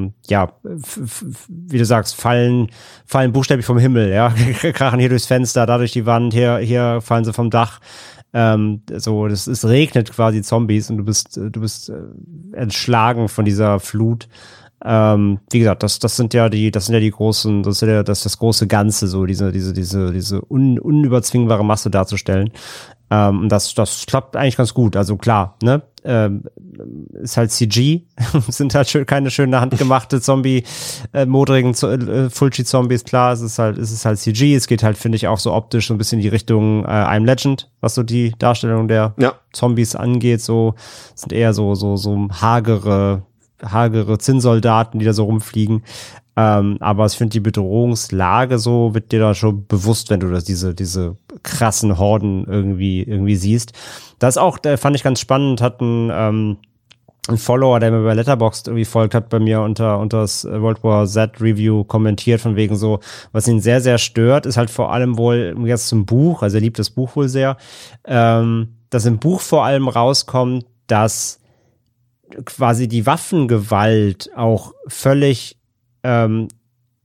wie du sagst, fallen buchstäblich vom Himmel, ja, krachen hier durchs Fenster, da durch die Wand, hier fallen sie vom Dach, es regnet quasi Zombies und du bist entschlagen von dieser Flut. Wie gesagt, das sind ja die großen, das ist das große Ganze, so diese unüberzwingbare Masse darzustellen. Und das klappt eigentlich ganz gut. Also klar, ne, ist halt CG, sind halt keine schöne handgemachte modrigen Fulci-Zombies, klar, es ist halt CG, es geht halt, finde ich, auch so optisch so ein bisschen in die Richtung I'm Legend, was so die Darstellung der Zombies angeht, so, sind eher so hagere Zinnsoldaten, die da so rumfliegen. Aber ich finde, die Bedrohungslage so wird dir da schon bewusst, wenn du diese krassen Horden irgendwie siehst. Das auch, fand ich ganz spannend, hat ein Follower, der mir bei Letterboxd irgendwie folgt, hat bei mir unter das World War Z Review kommentiert, von wegen so, was ihn sehr, sehr stört, ist halt vor allem wohl jetzt zum Buch, also er liebt das Buch wohl sehr, dass im Buch vor allem rauskommt, dass quasi die Waffengewalt auch völlig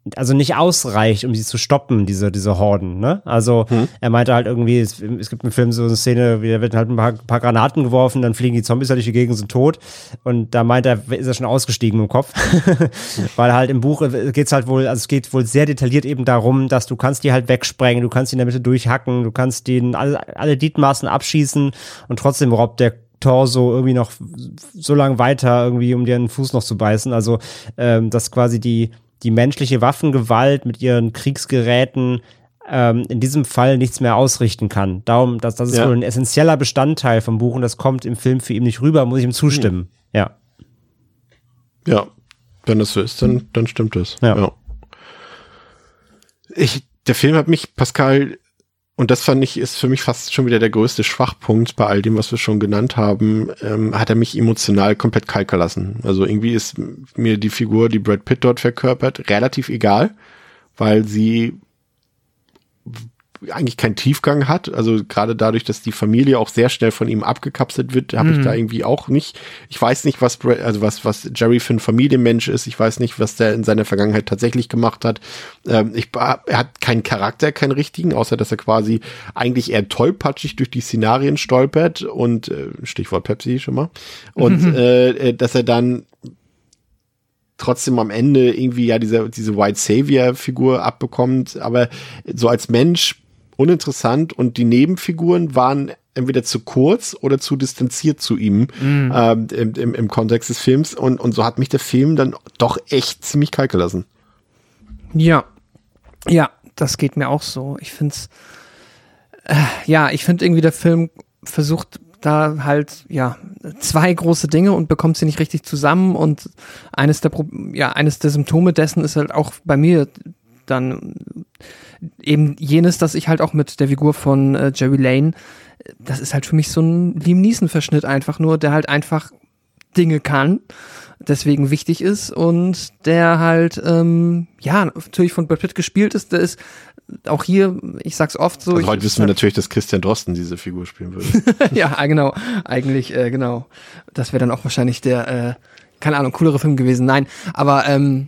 also nicht ausreicht, um sie zu stoppen, diese Horden, ne? Also er meinte halt irgendwie, es gibt im Film so eine Szene, da wird halt ein paar Granaten geworfen, dann fliegen die Zombies halt durch die Gegend, sind tot und da meint er, ist er schon ausgestiegen im Kopf, weil halt im Buch geht's halt wohl, also es geht wohl sehr detailliert eben darum, dass du kannst die halt wegsprengen, du kannst die in der Mitte durchhacken, du kannst denen alle Gliedmaßen abschießen und trotzdem robbt der Torso irgendwie noch so lang weiter irgendwie, um dir einen Fuß noch zu beißen, also dass quasi die menschliche Waffengewalt mit ihren Kriegsgeräten in diesem Fall nichts mehr ausrichten kann. Darum, das ist wohl ein essentieller Bestandteil vom Buch und das kommt im Film für ihn nicht rüber, muss ich ihm zustimmen. Ja. Ja, wenn das so ist, dann stimmt das. Ja. Der Film hat mich, Pascal, und das fand ich, ist für mich fast schon wieder der größte Schwachpunkt bei all dem, was wir schon genannt haben, hat er mich emotional komplett kalt gelassen. Also irgendwie ist mir die Figur, die Brad Pitt dort verkörpert, relativ egal, weil sie eigentlich keinen Tiefgang hat. Also gerade dadurch, dass die Familie auch sehr schnell von ihm abgekapselt wird, habe ich da irgendwie auch nicht. Ich weiß nicht, was Jerry für ein Familienmensch ist. Ich weiß nicht, was der in seiner Vergangenheit tatsächlich gemacht hat. Er hat keinen Charakter, keinen richtigen, außer dass er quasi eigentlich eher tollpatschig durch die Szenarien stolpert und Stichwort Pepsi schon mal. Und dass er dann trotzdem am Ende irgendwie ja diese White Savior-Figur abbekommt, aber so als Mensch uninteressant und die Nebenfiguren waren entweder zu kurz oder zu distanziert zu ihm im Kontext des Films und so hat mich der Film dann doch echt ziemlich kalt gelassen. Ja, das geht mir auch so. Ich find's, ich finde irgendwie der Film versucht da halt, zwei große Dinge und bekommt sie nicht richtig zusammen und eines der Symptome dessen ist halt auch bei mir dann eben jenes, dass ich halt auch mit der Figur von Jerry Lane, das ist halt für mich so ein Liam Neeson-Verschnitt einfach nur, der halt einfach Dinge kann, deswegen wichtig ist und der halt, natürlich von Brad Pitt gespielt ist, der ist auch hier, ich sag's oft so. Also heute wissen wir natürlich, dass Christian Drosten diese Figur spielen würde. Ja, genau. Eigentlich, genau. Das wäre dann auch wahrscheinlich der, keine Ahnung, coolere Film gewesen. Nein, aber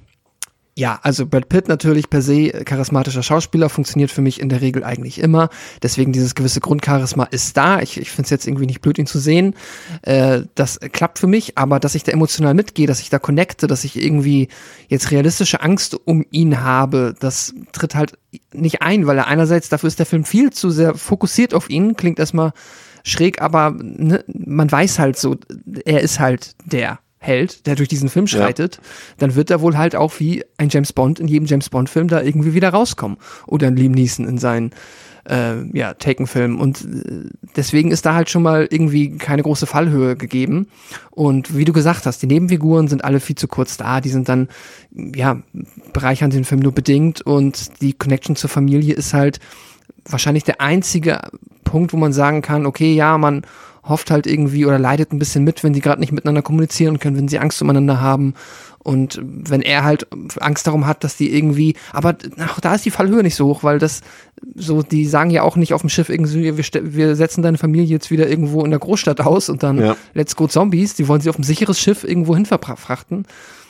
also Brad Pitt natürlich per se charismatischer Schauspieler, funktioniert für mich in der Regel eigentlich immer. Deswegen dieses gewisse Grundcharisma ist da. Ich finde es jetzt irgendwie nicht blöd, ihn zu sehen. Das klappt für mich, aber dass ich da emotional mitgehe, dass ich da connecte, dass ich irgendwie jetzt realistische Angst um ihn habe, das tritt halt nicht ein, weil er einerseits, dafür ist der Film viel zu sehr fokussiert auf ihn, klingt erstmal schräg, aber ne, man weiß halt so, er ist halt der Held, der durch diesen Film schreitet, dann wird er wohl halt auch wie ein James Bond in jedem James Bond-Film da irgendwie wieder rauskommen. Oder ein Liam Neeson in seinen Taken-Film. Und deswegen ist da halt schon mal irgendwie keine große Fallhöhe gegeben. Und wie du gesagt hast, die Nebenfiguren sind alle viel zu kurz da. Die sind dann, bereichern den Film nur bedingt. Und die Connection zur Familie ist halt wahrscheinlich der einzige Punkt, wo man sagen kann, okay, man hofft halt irgendwie oder leidet ein bisschen mit, wenn die gerade nicht miteinander kommunizieren können, wenn sie Angst umeinander haben und wenn er halt Angst darum hat, dass die irgendwie, aber da ist die Fallhöhe nicht so hoch, weil das so, die sagen ja auch nicht auf dem Schiff irgendwie, wir setzen deine Familie jetzt wieder irgendwo in der Großstadt aus und dann let's go Zombies, die wollen sie auf ein sicheres Schiff irgendwo hin verfrachten.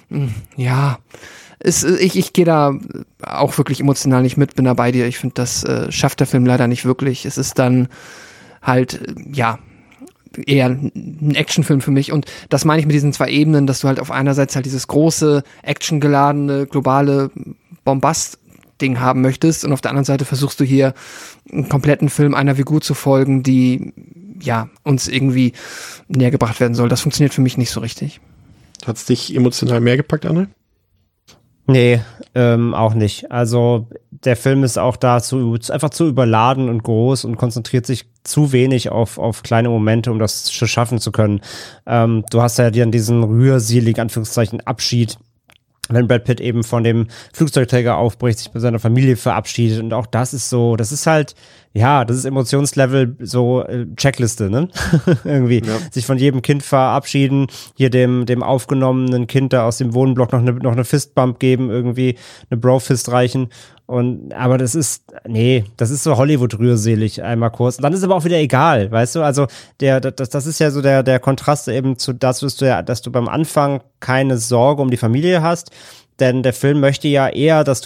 Ich gehe da auch wirklich emotional nicht mit, bin da bei dir. Ich finde, das schafft der Film leider nicht wirklich. Es ist dann halt, eher ein Actionfilm für mich und das meine ich mit diesen zwei Ebenen, dass du halt auf einerseits halt dieses große, actiongeladene, globale Bombast-Ding haben möchtest und auf der anderen Seite versuchst du hier einen kompletten Film einer Figur zu folgen, die uns irgendwie näher gebracht werden soll. Das funktioniert für mich nicht so richtig. Hat's dich emotional mehr gepackt, André? Nee, auch nicht. Also der Film ist auch einfach zu überladen und groß und konzentriert sich zu wenig auf kleine Momente, um das schaffen zu können. Du hast ja dann diesen rührseligen, Anführungszeichen, Abschied, wenn Brad Pitt eben von dem Flugzeugträger aufbricht, sich bei seiner Familie verabschiedet und auch das ist so, das ist halt, das ist Emotionslevel so Checkliste, ne? Irgendwie sich von jedem Kind verabschieden, hier dem aufgenommenen Kind da aus dem Wohnblock noch eine Fistbump geben, irgendwie eine Bro-Fist reichen aber das ist so Hollywood-rührselig einmal kurz und dann ist aber auch wieder egal, weißt du, also das ist ja so der Kontrast eben zu dazu, dass du beim Anfang keine Sorge um die Familie hast, denn der Film möchte ja eher, dass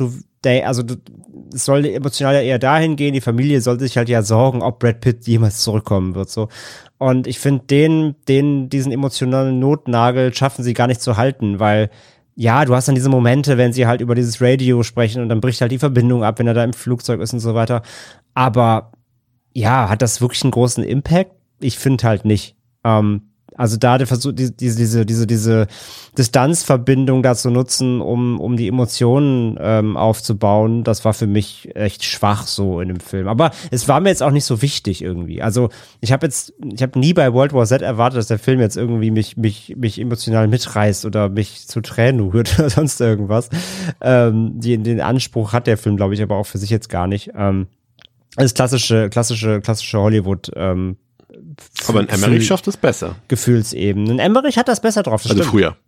es soll emotional ja eher dahin gehen, die Familie sollte sich halt ja sorgen, ob Brad Pitt jemals zurückkommen wird, so. Und ich finde, diesen emotionalen Notnagel schaffen sie gar nicht zu halten, weil, ja, du hast dann diese Momente, wenn sie halt über dieses Radio sprechen und dann bricht halt die Verbindung ab, wenn er da im Flugzeug ist und so weiter. Aber, ja, hat das wirklich einen großen Impact? Ich finde halt nicht. Also da der Versuch, diese Distanzverbindung da zu nutzen, um die Emotionen aufzubauen, das war für mich echt schwach so in dem Film. Aber es war mir jetzt auch nicht so wichtig irgendwie. Also ich habe nie bei World War Z erwartet, dass der Film jetzt irgendwie mich emotional mitreißt oder mich zu Tränen rührt oder sonst irgendwas. Den Anspruch hat der Film, glaube ich, aber auch für sich jetzt gar nicht. Das klassische Hollywood aber ein Emmerich schafft es besser. Gefühlsebene. Ein Emmerich hat das besser drauf. Das also stimmt. Früher.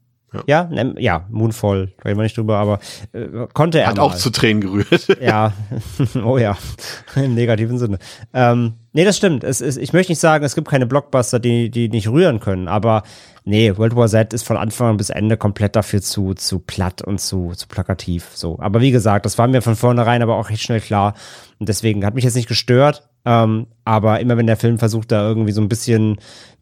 Ja, Moonfall, reden wir nicht drüber, aber konnte er hat mal. auch zu Tränen gerührt. Ja, oh ja, im negativen Sinne. Nee, das stimmt. Ich möchte nicht sagen, es gibt keine Blockbuster, die nicht rühren können, aber nee, World War Z ist von Anfang bis Ende komplett dafür zu platt und zu plakativ. So. Aber wie gesagt, das war mir von vornherein aber auch recht schnell klar und deswegen hat mich jetzt nicht gestört. Aber immer wenn der Film versucht, da irgendwie so ein bisschen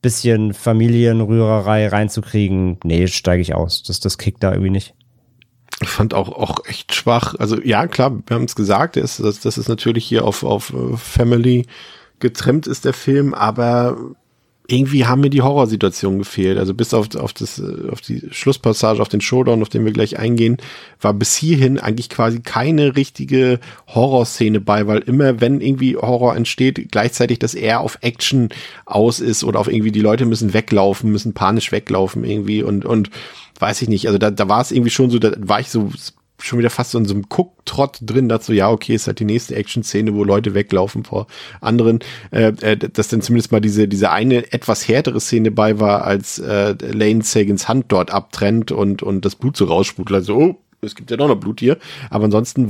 Familienrührerei reinzukriegen, nee, steige ich aus. Das kickt da irgendwie nicht. Ich fand auch echt schwach. Also ja, klar, wir haben es gesagt, das ist natürlich hier auf Family getrimmt ist der Film, aber irgendwie haben mir die Horrorsituationen gefehlt. Also bis auf die Schlusspassage, auf den Showdown, auf den wir gleich eingehen, war bis hierhin eigentlich quasi keine richtige Horrorszene bei, weil immer, wenn irgendwie Horror entsteht, gleichzeitig, dass er auf Action aus ist oder auf irgendwie die Leute müssen weglaufen, müssen panisch weglaufen irgendwie und weiß ich nicht. Also da war es irgendwie schon so, da war ich so schon wieder fast so in so einem Gucktrott drin, dazu so, ja, okay, ist halt die nächste Action-Szene, wo Leute weglaufen vor anderen, dass dann zumindest mal diese eine etwas härtere Szene bei war, als Lane Sagans Hand dort abtrennt und das Blut so raussprudelt, also, oh, es gibt ja doch noch Blut hier, aber ansonsten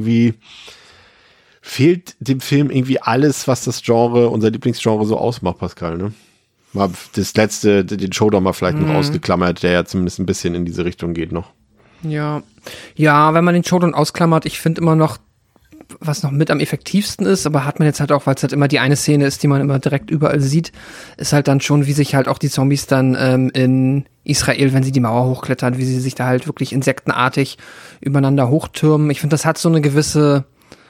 fehlt dem Film irgendwie alles, was das Genre, unser Lieblingsgenre so ausmacht, Pascal, ne? Mal den Showdown mal vielleicht noch ausgeklammert, der ja zumindest ein bisschen in diese Richtung geht noch. Ja, wenn man den Showdown ausklammert, ich finde immer noch, was noch mit am effektivsten ist, aber hat man jetzt halt auch, weil es halt immer die eine Szene ist, die man immer direkt überall sieht, ist halt dann schon, wie sich halt auch die Zombies dann in Israel, wenn sie die Mauer hochklettern, wie sie sich da halt wirklich insektenartig übereinander hochtürmen. Ich finde, das hat so einen gewissen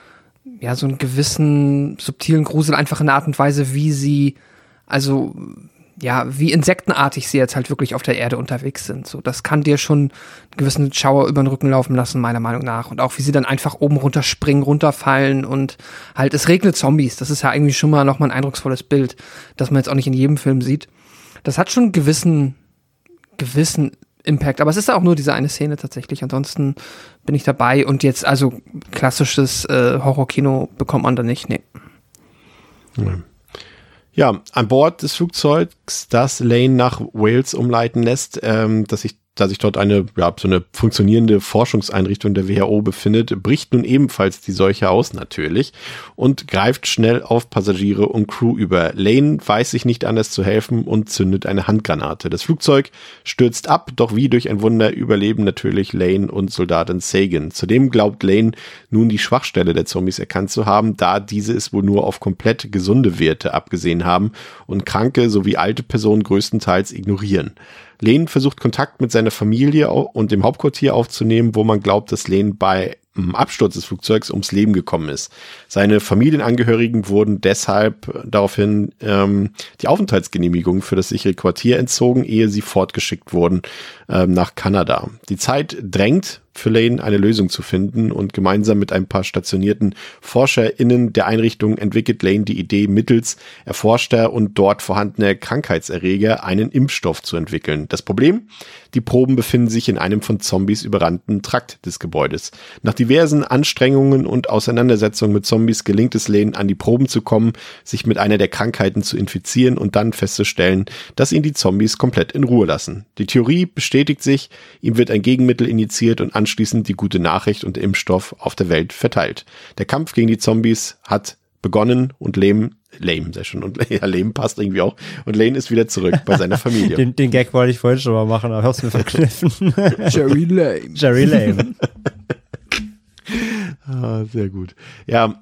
subtilen Grusel, einfach in der Art und Weise, wie sie, also ja, wie insektenartig sie jetzt halt wirklich auf der Erde unterwegs sind. So, das kann dir schon einen gewissen Schauer über den Rücken laufen lassen, meiner Meinung nach. Und auch wie sie dann einfach oben runterspringen, runterfallen und halt, es regnet Zombies. Das ist ja eigentlich schon mal nochmal ein eindrucksvolles Bild, das man jetzt auch nicht in jedem Film sieht. Das hat schon einen gewissen Impact, aber es ist ja auch nur diese eine Szene tatsächlich. Ansonsten bin ich dabei und jetzt, also klassisches Horrorkino bekommt man da nicht, nee. Ja, an Bord des Flugzeugs, das Lane nach Wales umleiten lässt, da sich dort so eine funktionierende Forschungseinrichtung der WHO befindet, bricht nun ebenfalls die Seuche aus, natürlich, und greift schnell auf Passagiere und Crew über. Lane weiß sich nicht anders zu helfen und zündet eine Handgranate. Das Flugzeug stürzt ab, doch wie durch ein Wunder überleben natürlich Lane und Soldatin Sagan. Zudem glaubt Lane nun die Schwachstelle der Zombies erkannt zu haben, da diese es wohl nur auf komplett gesunde Werte abgesehen haben und kranke sowie alte Personen größtenteils ignorieren. Lane versucht Kontakt mit seiner Familie und dem Hauptquartier aufzunehmen, wo man glaubt, dass Lane bei Absturz des Flugzeugs ums Leben gekommen ist. Seine Familienangehörigen wurden deshalb daraufhin die Aufenthaltsgenehmigung für das sichere Quartier entzogen, ehe sie fortgeschickt wurden nach Kanada. Die Zeit drängt für Lane eine Lösung zu finden und gemeinsam mit ein paar stationierten ForscherInnen der Einrichtung entwickelt Lane die Idee, mittels erforschter und dort vorhandener Krankheitserreger einen Impfstoff zu entwickeln. Das Problem? Die Proben befinden sich in einem von Zombies überrannten Trakt des Gebäudes. Nach diversen Anstrengungen und Auseinandersetzungen mit Zombies gelingt es Lane, an die Proben zu kommen, sich mit einer der Krankheiten zu infizieren und dann festzustellen, dass ihn die Zombies komplett in Ruhe lassen. Die Theorie bestätigt sich, ihm wird ein Gegenmittel injiziert und anschließend die gute Nachricht und der Impfstoff auf der Welt verteilt. Der Kampf gegen die Zombies hat begonnen und Lane sehr schön. Und ja, Lane passt irgendwie auch. Und Lane ist wieder zurück bei seiner Familie. Den Gag wollte ich vorhin schon mal machen, aber hab's mir verkniffen. Jerry Lame. Jerry Lame. Sehr gut. Ja,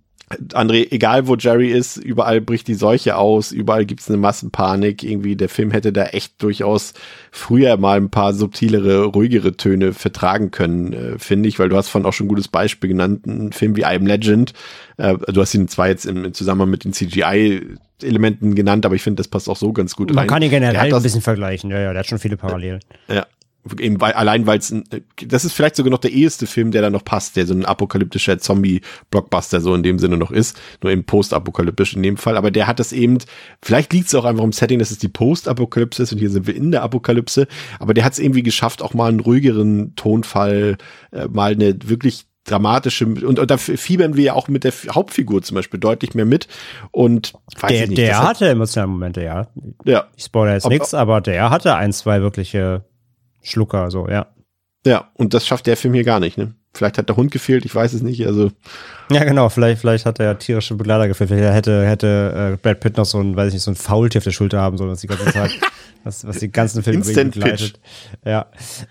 André, egal wo Jerry ist, überall bricht die Seuche aus, überall gibt's eine Massenpanik. Irgendwie, der Film hätte da echt durchaus früher mal ein paar subtilere, ruhigere Töne vertragen können, finde ich, weil du hast vorhin auch schon ein gutes Beispiel genannt, ein Film wie I Am Legend. Du hast ihn zwar jetzt im Zusammenhang mit den CGI-Elementen genannt, aber ich finde, das passt auch so ganz gut rein. Man kann ihn generell ein bisschen vergleichen, ja, der hat schon viele Parallelen. Ja. Eben weil es das ist vielleicht sogar noch der eheste Film, der da noch passt, der so ein apokalyptischer Zombie-Blockbuster so in dem Sinne noch ist, nur eben postapokalyptisch in dem Fall, aber der hat das eben, vielleicht liegt es auch einfach im Setting, dass es die Postapokalypse ist und hier sind wir in der Apokalypse, aber der hat es irgendwie geschafft, auch mal einen ruhigeren Tonfall, mal eine wirklich dramatische, und da fiebern wir ja auch mit der Hauptfigur zum Beispiel deutlich mehr mit und weiß ich nicht. Der hatte emotionale Momente, ja. Ich spoilere jetzt nichts, aber der hatte 1, 2 wirkliche Schlucker, so, ja. Ja, und das schafft der Film hier gar nicht, ne? Vielleicht hat der Hund gefehlt, ich weiß es nicht, also. Ja, genau, vielleicht hat er tierische Begleiter gefehlt, vielleicht hätte Brad Pitt noch so ein, weiß ich nicht, so ein Faultier auf der Schulter haben sollen, was die ganze Zeit, was die ganzen Filme begleitet. Ja,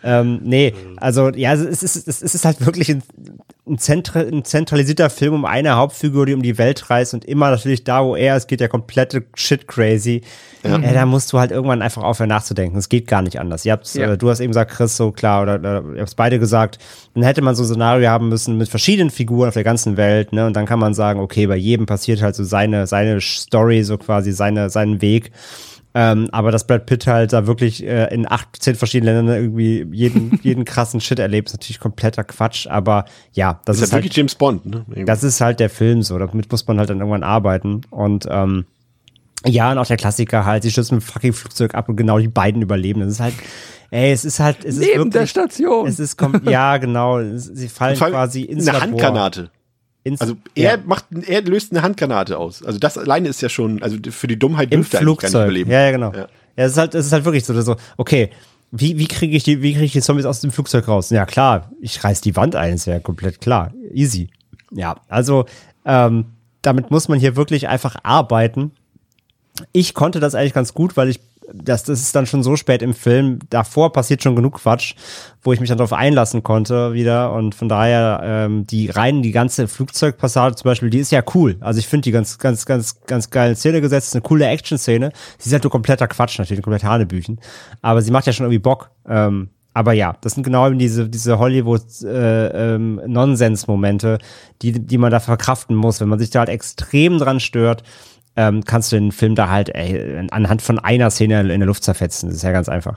nee, also, ja, es ist halt wirklich ein zentralisierter Film um eine Hauptfigur, die um die Welt reist und immer natürlich da, wo er ist, geht der komplette Shit crazy. Ja. Da musst du halt irgendwann einfach aufhören nachzudenken. Es geht gar nicht anders. Du hast eben gesagt, Chris, so klar, oder ihr habt es beide gesagt, dann hätte man so ein Szenario haben müssen mit verschiedenen Figuren auf der ganzen Welt, ne? Und dann kann man sagen, okay, bei jedem passiert halt so seine Story, so quasi seinen Weg. Aber dass Brad Pitt halt da wirklich in 18 verschiedenen Ländern irgendwie jeden krassen Shit erlebt, ist natürlich kompletter Quatsch, aber ja, das ist halt wirklich James Bond, ne? Das ist halt der Film so, damit muss man halt dann irgendwann arbeiten und ja, und auch der Klassiker halt, sie stürzen mit dem fucking Flugzeug ab und genau die beiden überleben. Das ist halt, es ist neben wirklich, der Station. Ja, genau, sie fallen quasi ins eine Labor. Handgranate. Also er löst eine Handgranate aus. Also das alleine ist ja schon, also für die Dummheit dürfte er eigentlich gar nicht überleben. Ja, genau. Ja, es ist halt wirklich so, okay, wie kriege ich die Zombies aus dem Flugzeug raus? Ja, klar, ich reiß die Wand ein, ist ja komplett klar. Easy. Ja, also damit muss man hier wirklich einfach arbeiten. Ich konnte das eigentlich ganz gut, weil das ist dann schon so spät im Film, davor passiert schon genug Quatsch, wo ich mich dann darauf einlassen konnte wieder und von daher die ganze Flugzeugpassage zum Beispiel, die ist ja cool, also ich finde die ganz geil in Szene gesetzt, ist eine coole Action-Szene, sie ist halt nur kompletter Quatsch natürlich, komplett Hanebüchen, aber sie macht ja schon irgendwie Bock, aber ja, das sind genau eben diese Hollywood-Nonsens-Momente, die man da verkraften muss, wenn man sich da halt extrem dran stört, kannst du den Film da halt anhand von einer Szene in der Luft zerfetzen. Das ist ja ganz einfach.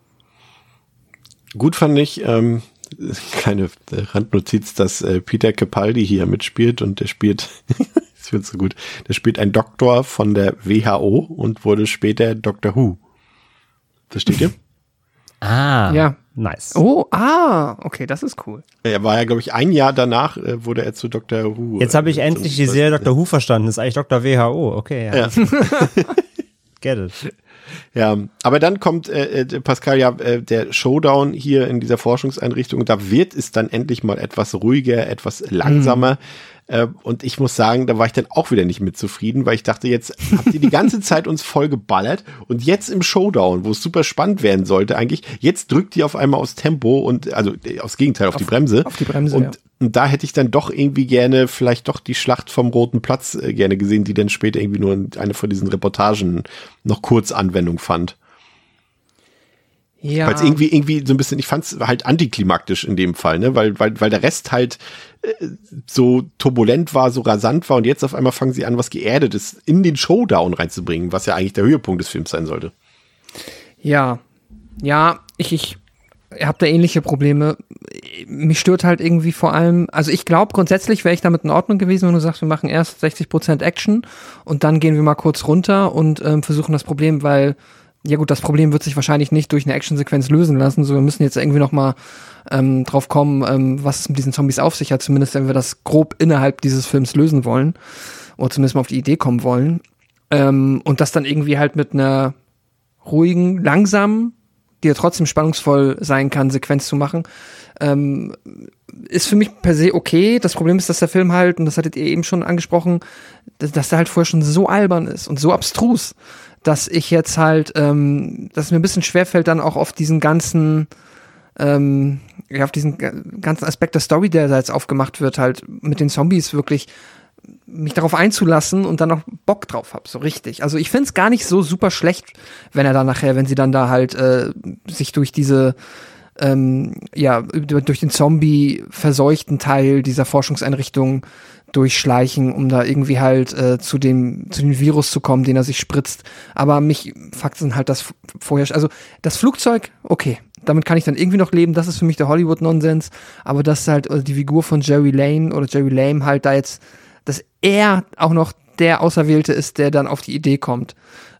Gut fand ich, kleine Randnotiz, dass Peter Capaldi hier mitspielt und der spielt, das wird so gut, der spielt einen Doktor von der WHO und wurde später Doctor Who. Versteht ihr? Ja. Nice. Okay, das ist cool. Er war ja, glaube ich, ein Jahr danach wurde er zu Dr. Who. Jetzt habe ich endlich die Serie Dr. Who verstanden. Das ist eigentlich Dr. WHO. Okay, ja. Get it. Ja, aber dann kommt, Pascal, ja, der Showdown hier in dieser Forschungseinrichtung. Da wird es dann endlich mal etwas ruhiger, etwas langsamer. Und ich muss sagen, da war ich dann auch wieder nicht mit zufrieden, weil ich dachte, jetzt habt ihr die ganze Zeit uns voll geballert und jetzt im Showdown, wo es super spannend werden sollte eigentlich, jetzt drückt ihr auf einmal aufs Tempo und, also aufs Gegenteil, auf die Bremse. Auf die Bremse, und da hätte ich dann doch irgendwie gerne, vielleicht doch die Schlacht vom Roten Platz gerne gesehen, die dann später irgendwie nur in einer von diesen Reportagen noch kurz Anwendung fand. Ja. Weil es irgendwie so ein bisschen, ich fand es halt antiklimaktisch in dem Fall, ne, weil der Rest halt so turbulent war, so rasant war und jetzt auf einmal fangen sie an, was Geerdetes in den Showdown reinzubringen, was ja eigentlich der Höhepunkt des Films sein sollte. Ja, ich habe da ähnliche Probleme. Mich stört halt irgendwie vor allem, also ich glaube grundsätzlich wäre ich damit in Ordnung gewesen, wenn du sagst, wir machen erst 60% Action und dann gehen wir mal kurz runter und versuchen das Problem, weil ja gut, das Problem wird sich wahrscheinlich nicht durch eine Actionsequenz lösen lassen, so wir müssen jetzt irgendwie noch mal drauf kommen, was es mit diesen Zombies auf sich hat, zumindest wenn wir das grob innerhalb dieses Films lösen wollen oder zumindest mal auf die Idee kommen wollen und das dann irgendwie halt mit einer ruhigen, langsamen die ja trotzdem spannungsvoll sein kann, Sequenz zu machen, ist für mich per se okay. Das Problem ist, dass der Film halt, und das hattet ihr eben schon angesprochen, dass der halt vorher schon so albern ist und so abstrus, dass ich jetzt halt, dass es mir ein bisschen schwerfällt, dann auch auf diesen ganzen auf diesen ganzen Aspekt der Story, der da jetzt aufgemacht wird, halt mit den Zombies wirklich mich darauf einzulassen und dann auch Bock drauf hab, so richtig. Also ich find's gar nicht so super schlecht, wenn er dann nachher, wenn sie dann da halt sich durch diese durch den Zombie verseuchten Teil dieser Forschungseinrichtung durchschleichen, um da irgendwie halt zu dem Virus zu kommen, den er sich spritzt. Aber mich fuckt dann halt das vorher, also das Flugzeug, okay, damit kann ich dann irgendwie noch leben, das ist für mich der Hollywood-Nonsens, aber dass halt die Figur von Jerry Lane oder Jerry Lame halt da jetzt, dass er auch noch der Auserwählte ist, der dann auf die Idee kommt,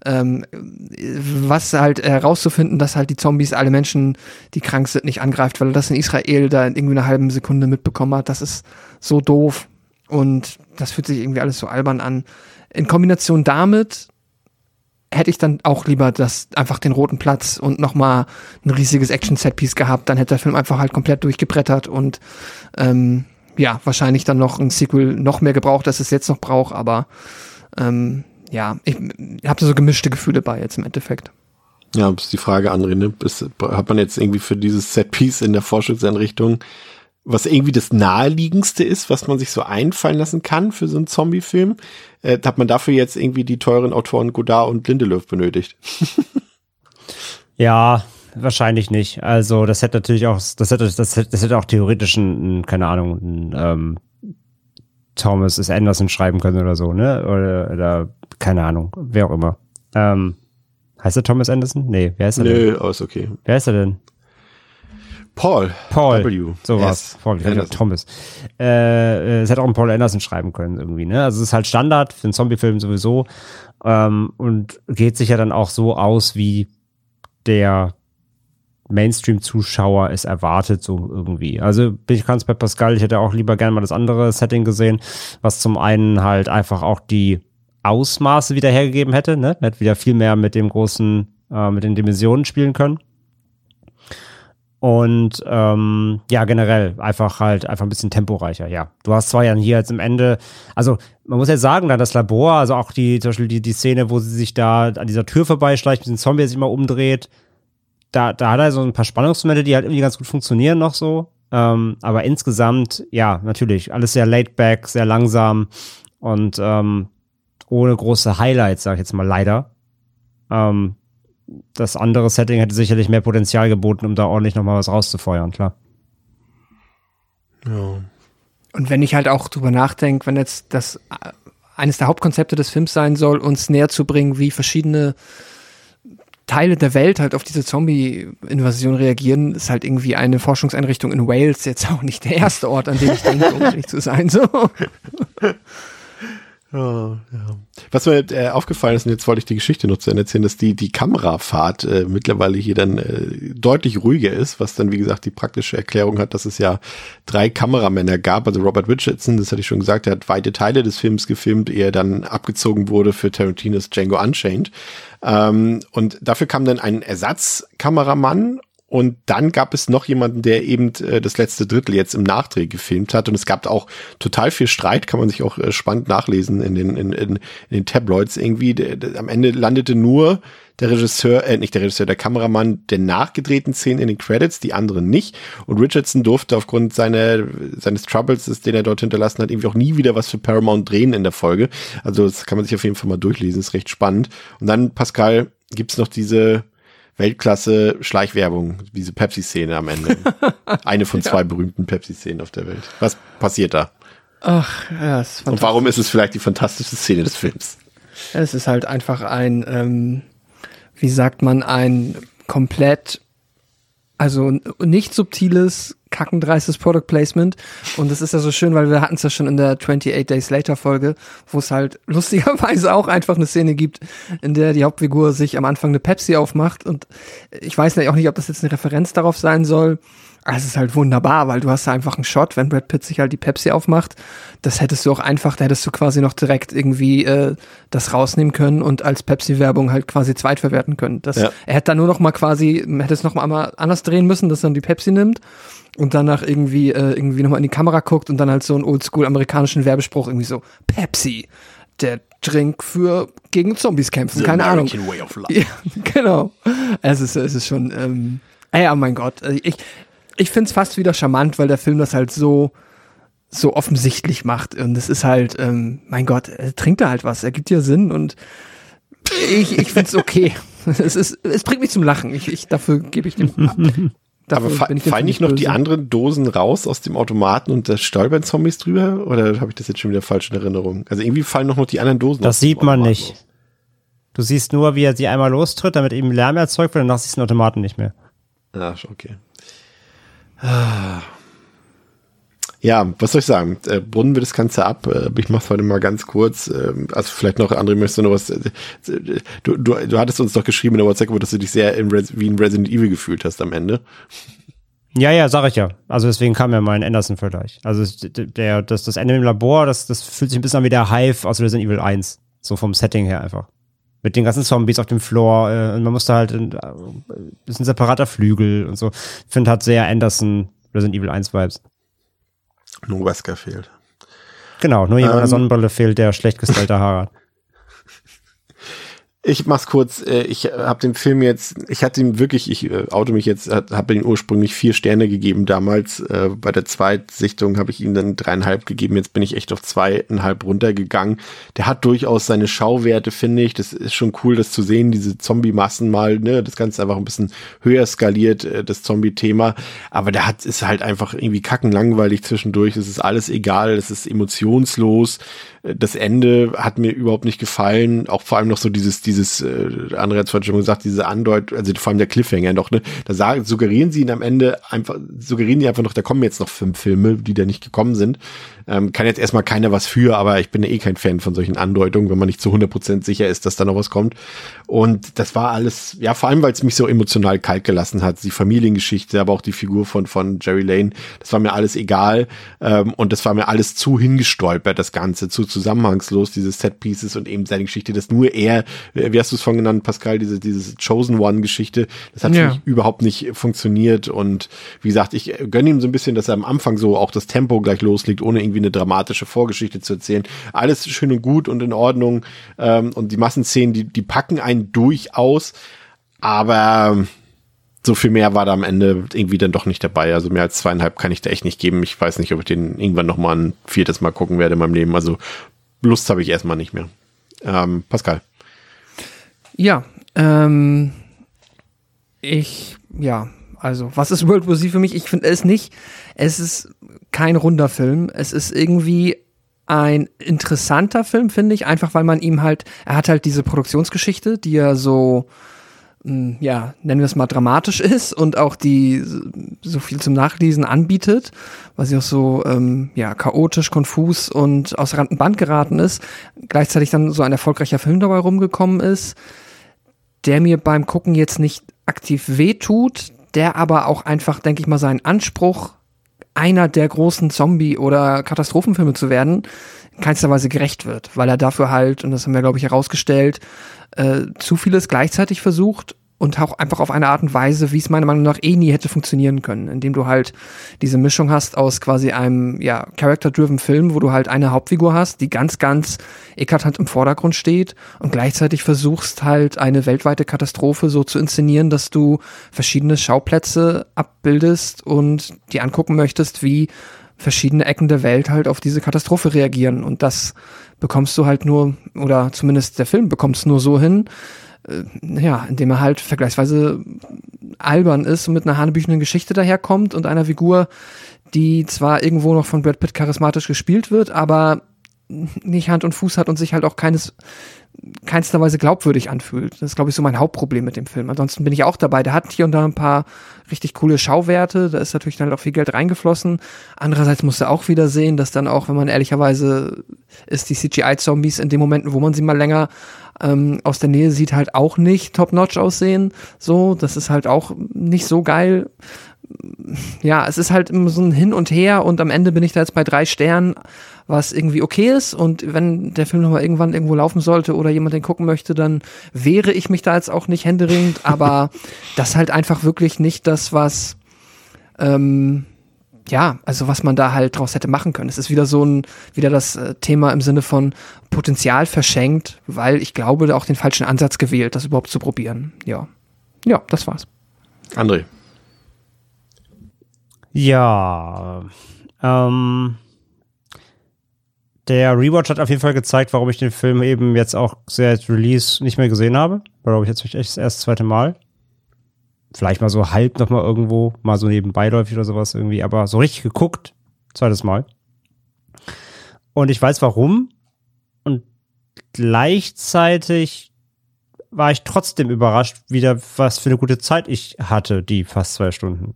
was halt herauszufinden, dass halt die Zombies alle Menschen, die krank sind, nicht angreift, weil er das in Israel da in irgendwie einer halben Sekunde mitbekommen hat. Das ist so doof und das fühlt sich irgendwie alles so albern an. In Kombination damit hätte ich dann auch lieber einfach den roten Platz und nochmal ein riesiges Action-Setpiece gehabt. Dann hätte der Film einfach halt komplett durchgebrettert und wahrscheinlich dann noch ein Sequel noch mehr gebraucht, als es jetzt noch braucht, aber ich habe so gemischte Gefühle bei jetzt im Endeffekt. Ja, das ist die Frage, André, ne? Hat man jetzt irgendwie für dieses Setpiece in der Forschungseinrichtung, was irgendwie das naheliegendste ist, was man sich so einfallen lassen kann für so einen Zombie-Film, hat man dafür jetzt irgendwie die teuren Autoren Godard und Lindelöf benötigt? Ja, wahrscheinlich nicht. Also das hätte natürlich auch, das hätte auch theoretisch keine Ahnung, Thomas S. Anderson schreiben können oder so, ne? Oder keine Ahnung, wer auch immer. Heißt er Thomas Anderson? Nee, wer ist er denn? Nö, aber ist okay. Wer ist er denn? Paul. W. So was. Paul, Thomas. Es hätte auch einen Paul Anderson schreiben können irgendwie, ne? Also es ist halt Standard für einen Zombie-Film sowieso und geht sich ja dann auch so aus, wie der Mainstream-Zuschauer es erwartet, so irgendwie. Also bin ich ganz bei Pascal, ich hätte auch lieber gerne mal das andere Setting gesehen, was zum einen halt einfach auch die Ausmaße wieder hergegeben hätte, ne? Hätte wieder viel mehr mit dem großen, mit den Dimensionen spielen können. Und generell einfach ein bisschen temporeicher, ja. Du hast zwar ja hier jetzt am Ende, also man muss ja sagen, dann das Labor, also auch zum Beispiel die Szene, wo sie sich da an dieser Tür vorbeischleicht, mit dem Zombie, der sich immer umdreht, da hat er so ein paar Spannungsmomente, die halt irgendwie ganz gut funktionieren noch so. Aber insgesamt, ja, natürlich, alles sehr laid back, sehr langsam und ohne große Highlights, sag ich jetzt mal leider. Das andere Setting hätte sicherlich mehr Potenzial geboten, um da ordentlich nochmal was rauszufeuern, klar. Ja. Und wenn ich halt auch drüber nachdenke, wenn jetzt das eines der Hauptkonzepte des Films sein soll, uns näher zu bringen, wie verschiedene Teile der Welt halt auf diese Zombie-Invasion reagieren, ist halt irgendwie eine Forschungseinrichtung in Wales jetzt auch nicht der erste Ort, an dem ich denke, um ehrlich zu sein. So. Ja. Was mir aufgefallen ist, und jetzt wollte ich die Geschichte noch zu Ende erzählen, dass die Kamerafahrt mittlerweile hier dann deutlich ruhiger ist, was dann, wie gesagt, die praktische Erklärung hat, dass es ja 3 Kameramänner gab. Also Robert Richardson, das hatte ich schon gesagt, der hat weite Teile des Films gefilmt, ehe er dann abgezogen wurde für Tarantinos Django Unchained. Und dafür kam dann ein Ersatzkameramann. Und dann gab es noch jemanden, der eben das letzte Drittel jetzt im Nachdreh gefilmt hat. Und es gab auch total viel Streit, kann man sich auch spannend nachlesen in den Tabloids irgendwie. Am Ende landete nur der der Kameramann der nachgedrehten Szenen in den Credits, die anderen nicht. Und Richardson durfte aufgrund seines Troubles, den er dort hinterlassen hat, irgendwie auch nie wieder was für Paramount drehen in der Folge. Also das kann man sich auf jeden Fall mal durchlesen, ist recht spannend. Und dann, Pascal, gibt's noch diese Weltklasse Schleichwerbung, diese Pepsi-Szene am Ende. Eine von 2 berühmten Pepsi-Szenen auf der Welt. Was passiert da? Ach, ja, ist fantastisch. Und warum ist es vielleicht die fantastischste Szene des Films? Es ist halt einfach ein komplett, also nicht subtiles, kackendreistes Product Placement. Und das ist ja so schön, weil wir hatten es ja schon in der 28 Days Later Folge, wo es halt lustigerweise auch einfach eine Szene gibt, in der die Hauptfigur sich am Anfang eine Pepsi aufmacht. Und ich weiß ja auch nicht, ob das jetzt eine Referenz darauf sein soll, es ist halt wunderbar, weil du hast da einfach einen Shot, wenn Brad Pitt sich halt die Pepsi aufmacht, das hättest du auch einfach, da hättest du quasi noch direkt irgendwie das rausnehmen können und als Pepsi-Werbung halt quasi zweitverwerten können. Er hätte da nur noch mal quasi, hätte es noch mal anders drehen müssen, dass er dann die Pepsi nimmt und danach irgendwie nochmal in die Kamera guckt und dann halt so einen oldschool amerikanischen Werbespruch irgendwie so, Pepsi, der Drink für gegen Zombies kämpfen, keine Ahnung. Way of life. Ja, genau. Es ist schon, oh mein Gott. Ich find's fast wieder charmant, weil der Film das halt so offensichtlich macht. Und es ist halt, mein Gott, er trinkt da halt was, er gibt dir Sinn und ich find's okay. Es bringt mich zum Lachen. Dafür gebe ich dem. Aber fallen nicht noch die anderen Dosen raus aus dem Automaten und da stolpern Zombies drüber? Oder habe ich das jetzt schon wieder falsch in Erinnerung? Also irgendwie fallen noch die anderen Dosen Das sieht man nicht. Raus. Du siehst nur, wie er sie einmal lostritt, damit eben Lärm erzeugt wird, und danach siehst du den Automaten nicht mehr. Ah, okay. Ja, was soll ich sagen? Brunnen wir das Ganze ab. Ich mach's heute mal ganz kurz. Also vielleicht noch, André, möchtest du noch was? Du hattest uns doch geschrieben in der WhatsApp, dass du dich sehr wie in Resident Evil gefühlt hast am Ende. Ja, sag ich ja. Also deswegen kam ja mein Anderson-Vergleich. Also das Ende im Labor, das fühlt sich ein bisschen an wie der Hive aus Resident Evil 1. So vom Setting her einfach. Mit den ganzen Zombies auf dem Floor. Und man musste halt ein bisschen separater Flügel und so. Ich finde, hat sehr Anderson Resident Evil 1 Vibes. Nur Wesker fehlt. Genau, nur jemand mit einer Sonnenbrille fehlt, der schlecht gestylte Haare hat. Ich mach's kurz. Ich habe den Film jetzt, ich hatte ihn wirklich, ich oute mich jetzt, habe ihn ursprünglich 4 Sterne gegeben damals. Bei der Zweitsichtung habe ich ihm dann 3,5 gegeben. Jetzt bin ich echt auf 2,5 runtergegangen. Der hat durchaus seine Schauwerte, finde ich. Das ist schon cool, das zu sehen, diese Zombie-Massen mal, ne, das Ganze einfach ein bisschen höher skaliert, das Zombie-Thema. Aber ist halt einfach irgendwie kackenlangweilig zwischendurch. Es ist alles egal, es ist emotionslos. Das Ende hat mir überhaupt nicht gefallen. Auch vor allem noch so dieses andere hat es schon gesagt, diese Andeutung, also vor allem der Cliffhanger noch, ne? Da suggerieren sie ihn am Ende einfach noch, da kommen jetzt noch 5 Filme, die da nicht gekommen sind. Kann jetzt erstmal keiner was für, aber ich bin kein Fan von solchen Andeutungen, wenn man nicht zu 100% sicher ist, dass da noch was kommt. Und das war alles, ja, vor allem, weil es mich so emotional kalt gelassen hat. Die Familiengeschichte, aber auch die Figur von Jerry Lane, das war mir alles egal. Und das war mir alles zu hingestolpert, das Ganze, zu zusammenhangslos, diese Set-Pieces und eben seine Geschichte, dass nur er, wie hast du es vorhin genannt, Pascal, diese Chosen One-Geschichte, das hat für mich überhaupt nicht funktioniert. Und wie gesagt, ich gönne ihm so ein bisschen, dass er am Anfang so auch das Tempo gleich loslegt, ohne irgendwie eine dramatische Vorgeschichte zu erzählen. Alles schön und gut und in Ordnung. Und die Massenszenen, die packen einen durchaus, aber so viel mehr war da am Ende irgendwie dann doch nicht dabei. Also mehr als 2,5 kann ich da echt nicht geben. Ich weiß nicht, ob ich den irgendwann noch mal ein 4. Mal gucken werde in meinem Leben. Also Lust habe ich erstmal nicht mehr. Pascal. Ja, also was ist World War Z für mich? Ich finde es nicht. Es ist kein runder Film. Es ist irgendwie ein interessanter Film, finde ich. Einfach, weil man ihm halt, er hat halt diese Produktionsgeschichte, die ja so, ja, nennen wir es mal dramatisch ist und auch die so viel zum Nachlesen anbietet, weil sie auch so, chaotisch, konfus und aus Rand und Band geraten ist. Gleichzeitig dann so ein erfolgreicher Film dabei rumgekommen ist, der mir beim Gucken jetzt nicht aktiv wehtut, der aber auch einfach, denke ich mal, seinen Anspruch, einer der großen Zombie- oder Katastrophenfilme zu werden, in keinster Weise gerecht wird, weil er dafür halt, und das haben wir, glaube ich, herausgestellt, zu vieles gleichzeitig versucht und auch einfach auf eine Art und Weise, wie es meiner Meinung nach nie hätte funktionieren können, indem du halt diese Mischung hast aus quasi einem, character-driven Film, wo du halt eine Hauptfigur hast, die ganz, ganz eklatant im Vordergrund steht und gleichzeitig versuchst halt eine weltweite Katastrophe so zu inszenieren, dass du verschiedene Schauplätze abbildest und dir angucken möchtest, wie verschiedene Ecken der Welt halt auf diese Katastrophe reagieren. Und das bekommst du halt nur, oder zumindest der Film bekommt es nur so hin, indem er halt vergleichsweise albern ist und mit einer hanebüchenen Geschichte daherkommt und einer Figur, die zwar irgendwo noch von Brad Pitt charismatisch gespielt wird, aber nicht Hand und Fuß hat und sich halt auch keinster Weise glaubwürdig anfühlt. Das ist, glaube ich, so mein Hauptproblem mit dem Film. Ansonsten bin ich auch dabei. Der hat hier und da ein paar richtig coole Schauwerte. Da ist natürlich dann auch viel Geld reingeflossen. Andererseits musst du auch wieder sehen, dass dann auch, wenn man ehrlicherweise ist, die CGI-Zombies in den Momenten, wo man sie mal länger aus der Nähe sieht, halt auch nicht top-notch aussehen. So, das ist halt auch nicht so geil. ja, es ist halt immer so ein Hin und Her und am Ende bin ich da jetzt bei 3 Sternen, was irgendwie okay ist, und wenn der Film nochmal irgendwann irgendwo laufen sollte oder jemand den gucken möchte, dann wehre ich mich da jetzt auch nicht händeringend, aber das halt einfach wirklich nicht das, was also was man da halt draus hätte machen können. Es ist wieder wieder das Thema im Sinne von Potenzial verschenkt, weil ich glaube, da auch den falschen Ansatz gewählt, das überhaupt zu probieren. Ja, das war's. André. Ja, der Rewatch hat auf jeden Fall gezeigt, warum ich den Film eben jetzt auch seit Release nicht mehr gesehen habe. Glaube ich jetzt echt erst das zweite Mal. Vielleicht mal so halb nochmal irgendwo, mal so nebenbeiläufig oder sowas irgendwie, aber so richtig geguckt, zweites Mal. Und ich weiß warum. Und gleichzeitig war ich trotzdem überrascht, wieder was für eine gute Zeit ich hatte, die fast 2 Stunden.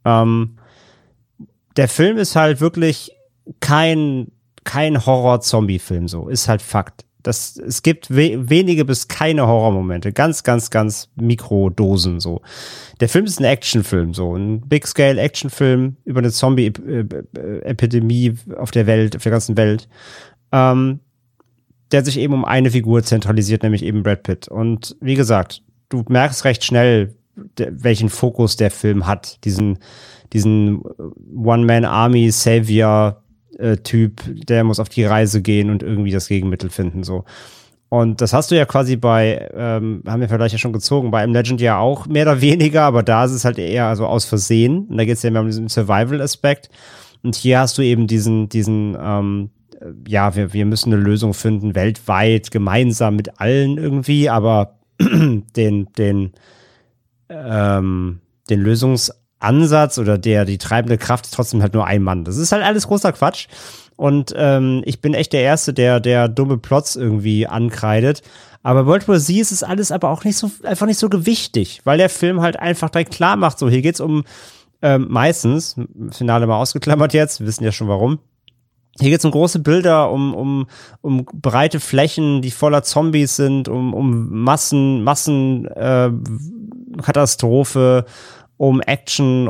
Der Film ist halt wirklich kein Horror-Zombie-Film, so. Ist halt Fakt. Es gibt wenige bis keine Horrormomente. Ganz, ganz, ganz Mikrodosen, so. Der Film ist ein Actionfilm, so. Ein Big-Scale-Actionfilm über eine Zombie-Epidemie auf der ganzen Welt. Der sich eben um eine Figur zentralisiert, nämlich eben Brad Pitt. Und wie gesagt, du merkst recht schnell, welchen Fokus der Film hat. Diesen One-Man-Army-Savior-Typ, der muss auf die Reise gehen und irgendwie das Gegenmittel finden, so. Und das hast du ja quasi haben wir vielleicht ja schon gezogen, bei M. Legend ja auch mehr oder weniger, aber da ist es halt eher so aus Versehen. Und da geht es ja mehr um diesen Survival-Aspekt. Und hier hast du eben diesen wir müssen eine Lösung finden, weltweit, gemeinsam mit allen irgendwie, aber den Lösungsansatz oder die treibende Kraft ist trotzdem halt nur ein Mann. Das ist halt alles großer Quatsch. Und ich bin echt der Erste, der dumme Plots irgendwie ankreidet. Aber World War Z ist es alles aber auch einfach nicht so gewichtig, weil der Film halt einfach direkt klar macht, so, hier geht's um meistens, Finale mal ausgeklammert jetzt, wir wissen ja schon warum. Hier geht's um große Bilder, um breite Flächen, die voller Zombies sind, um Katastrophe, um Action,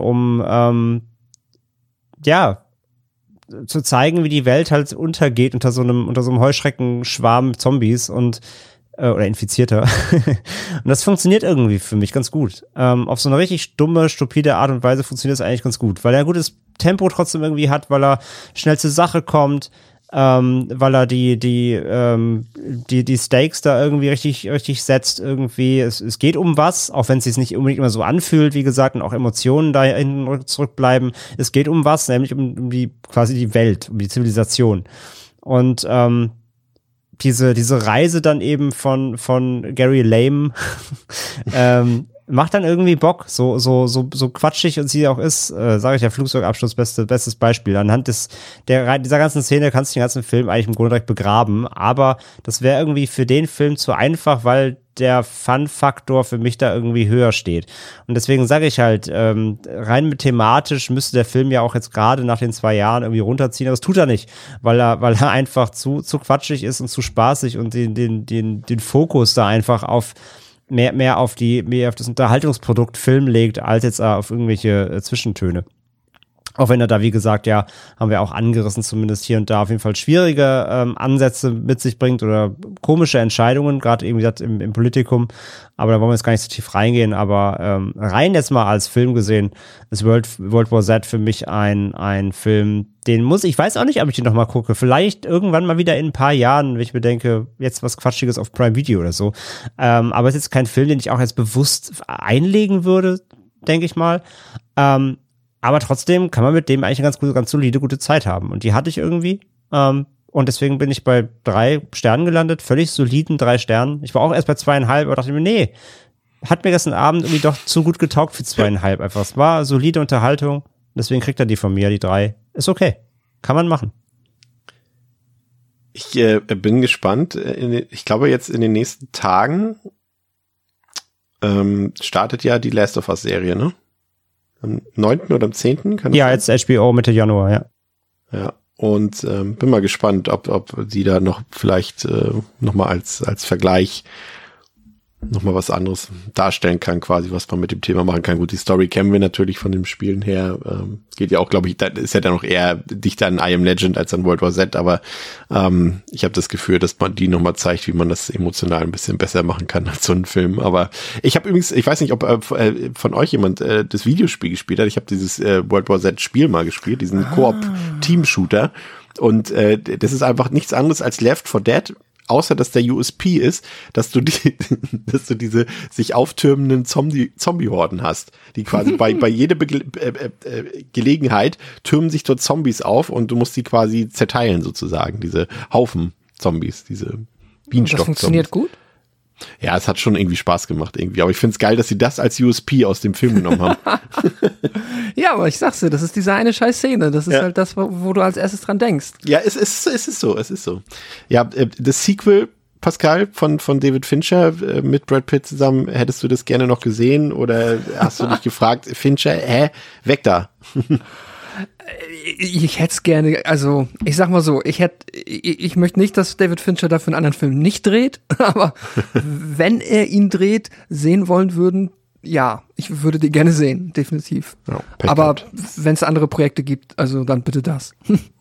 zu zeigen, wie die Welt halt untergeht unter so einem Heuschreckenschwarm Zombies oder Infizierter. Und das funktioniert irgendwie für mich ganz gut. Auf so eine richtig dumme, stupide Art und Weise funktioniert es eigentlich ganz gut, weil er ein gutes Tempo trotzdem irgendwie hat, weil er schnell zur Sache kommt, weil er die Stakes da irgendwie richtig setzt irgendwie. Es geht um was, auch wenn es sich nicht unbedingt immer so anfühlt, wie gesagt, und auch Emotionen da hinten zurückbleiben. Es geht um was, nämlich um quasi die Welt, um die Zivilisation. Und diese Reise dann eben von Gary Lame macht dann irgendwie Bock, so quatschig und sie auch ist, sage ich ja, Flugzeugabsturz, bestes Beispiel. Anhand dieser ganzen Szene kannst du den ganzen Film eigentlich im Grunde direkt begraben, aber das wäre irgendwie für den Film zu einfach, weil der Fun-Faktor für mich da irgendwie höher steht. Und deswegen sage ich halt, rein mit thematisch müsste der Film ja auch jetzt gerade nach den 2 Jahren irgendwie runterziehen, aber das tut er nicht, weil er einfach zu quatschig ist und zu spaßig und den Fokus da einfach auf mehr auf das Unterhaltungsprodukt Film legt, als jetzt auf irgendwelche Zwischentöne. Auch wenn er da, wie gesagt, ja, haben wir auch angerissen, zumindest hier und da auf jeden Fall schwierige Ansätze mit sich bringt oder komische Entscheidungen, gerade irgendwie im Politikum. Aber da wollen wir jetzt gar nicht so tief reingehen. Aber rein jetzt mal als Film gesehen ist World War Z für mich ein Film, ich weiß auch nicht, ob ich den nochmal gucke. Vielleicht irgendwann mal wieder in ein paar Jahren, wenn ich mir denke, jetzt was Quatschiges auf Prime Video oder so. Aber es ist jetzt kein Film, den ich auch jetzt bewusst einlegen würde, denke ich mal. Aber trotzdem kann man mit dem eigentlich eine ganz solide, gute Zeit haben. Und die hatte ich irgendwie. Und deswegen bin ich bei 3 Sternen gelandet. Völlig soliden 3 Sternen. Ich war auch erst bei 2,5, aber dachte mir, nee, hat mir gestern Abend irgendwie doch zu gut getaugt für 2,5 einfach. Es war solide Unterhaltung. Deswegen kriegt er die von mir, die 3. Ist okay. Kann man machen. Ich bin gespannt. Ich glaube, jetzt in den nächsten Tagen startet ja die Last of Us Serie, ne? Am 9. oder am 10. kann das Ja, sein? jetzt HBO Mitte Januar, ja. Ja, und bin mal gespannt, ob sie da noch vielleicht noch mal als Vergleich nochmal was anderes darstellen kann, quasi, was man mit dem Thema machen kann. Gut, die Story kennen wir natürlich von dem Spielen her. Geht ja auch, glaube ich, ist ja dann noch eher dichter an I Am Legend als an World War Z, aber ich habe das Gefühl, dass man die nochmal zeigt, wie man das emotional ein bisschen besser machen kann als so einen Film. Aber ich habe übrigens, ich weiß nicht, ob von euch jemand das Videospiel gespielt hat. Ich habe dieses World War Z Spiel mal gespielt, diesen Koop-Team-Shooter. Und das ist einfach nichts anderes als Left 4 Dead, außer dass der USP ist, dass du diese sich auftürmenden Zombie-Horden hast, die quasi bei jeder Gelegenheit türmen sich dort Zombies auf und du musst die quasi zerteilen sozusagen, diese Haufen Zombies, diese Bienenstock-Zombies. Das funktioniert gut? Ja, es hat schon irgendwie Spaß gemacht irgendwie, aber ich find's geil, dass sie das als USP aus dem Film genommen haben. Ja, aber ich sag's dir, das ist diese eine scheiß Szene, das ist halt das, wo du als erstes dran denkst. Ja, es ist so. Ja, das Sequel, Pascal, von David Fincher mit Brad Pitt zusammen, hättest du das gerne noch gesehen oder hast du dich gefragt, Fincher, weg da? Ich hätte es gerne, also ich sag mal so, ich möchte nicht, dass David Fincher dafür einen anderen Film nicht dreht, aber wenn er ihn dreht, sehen wollen würden, ja, ich würde die gerne sehen, definitiv. Ja, aber wenn es andere Projekte gibt, also dann bitte das.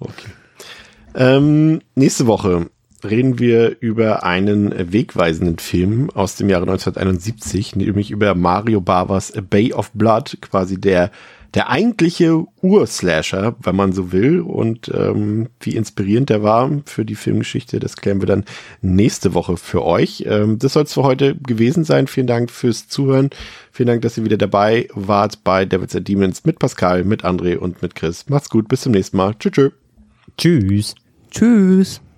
Okay. Nächste Woche reden wir über einen wegweisenden Film aus dem Jahre 1971, nämlich über Mario Bavas A Bay of Blood, quasi der eigentliche Urslasher, wenn man so will, und wie inspirierend der war für die Filmgeschichte, das klären wir dann nächste Woche für euch. Das soll es für heute gewesen sein. Vielen Dank fürs Zuhören. Vielen Dank, dass ihr wieder dabei wart bei Devils and Demons mit Pascal, mit André und mit Chris. Macht's gut, bis zum nächsten Mal. Tschüss. Tschüss. Tschüss.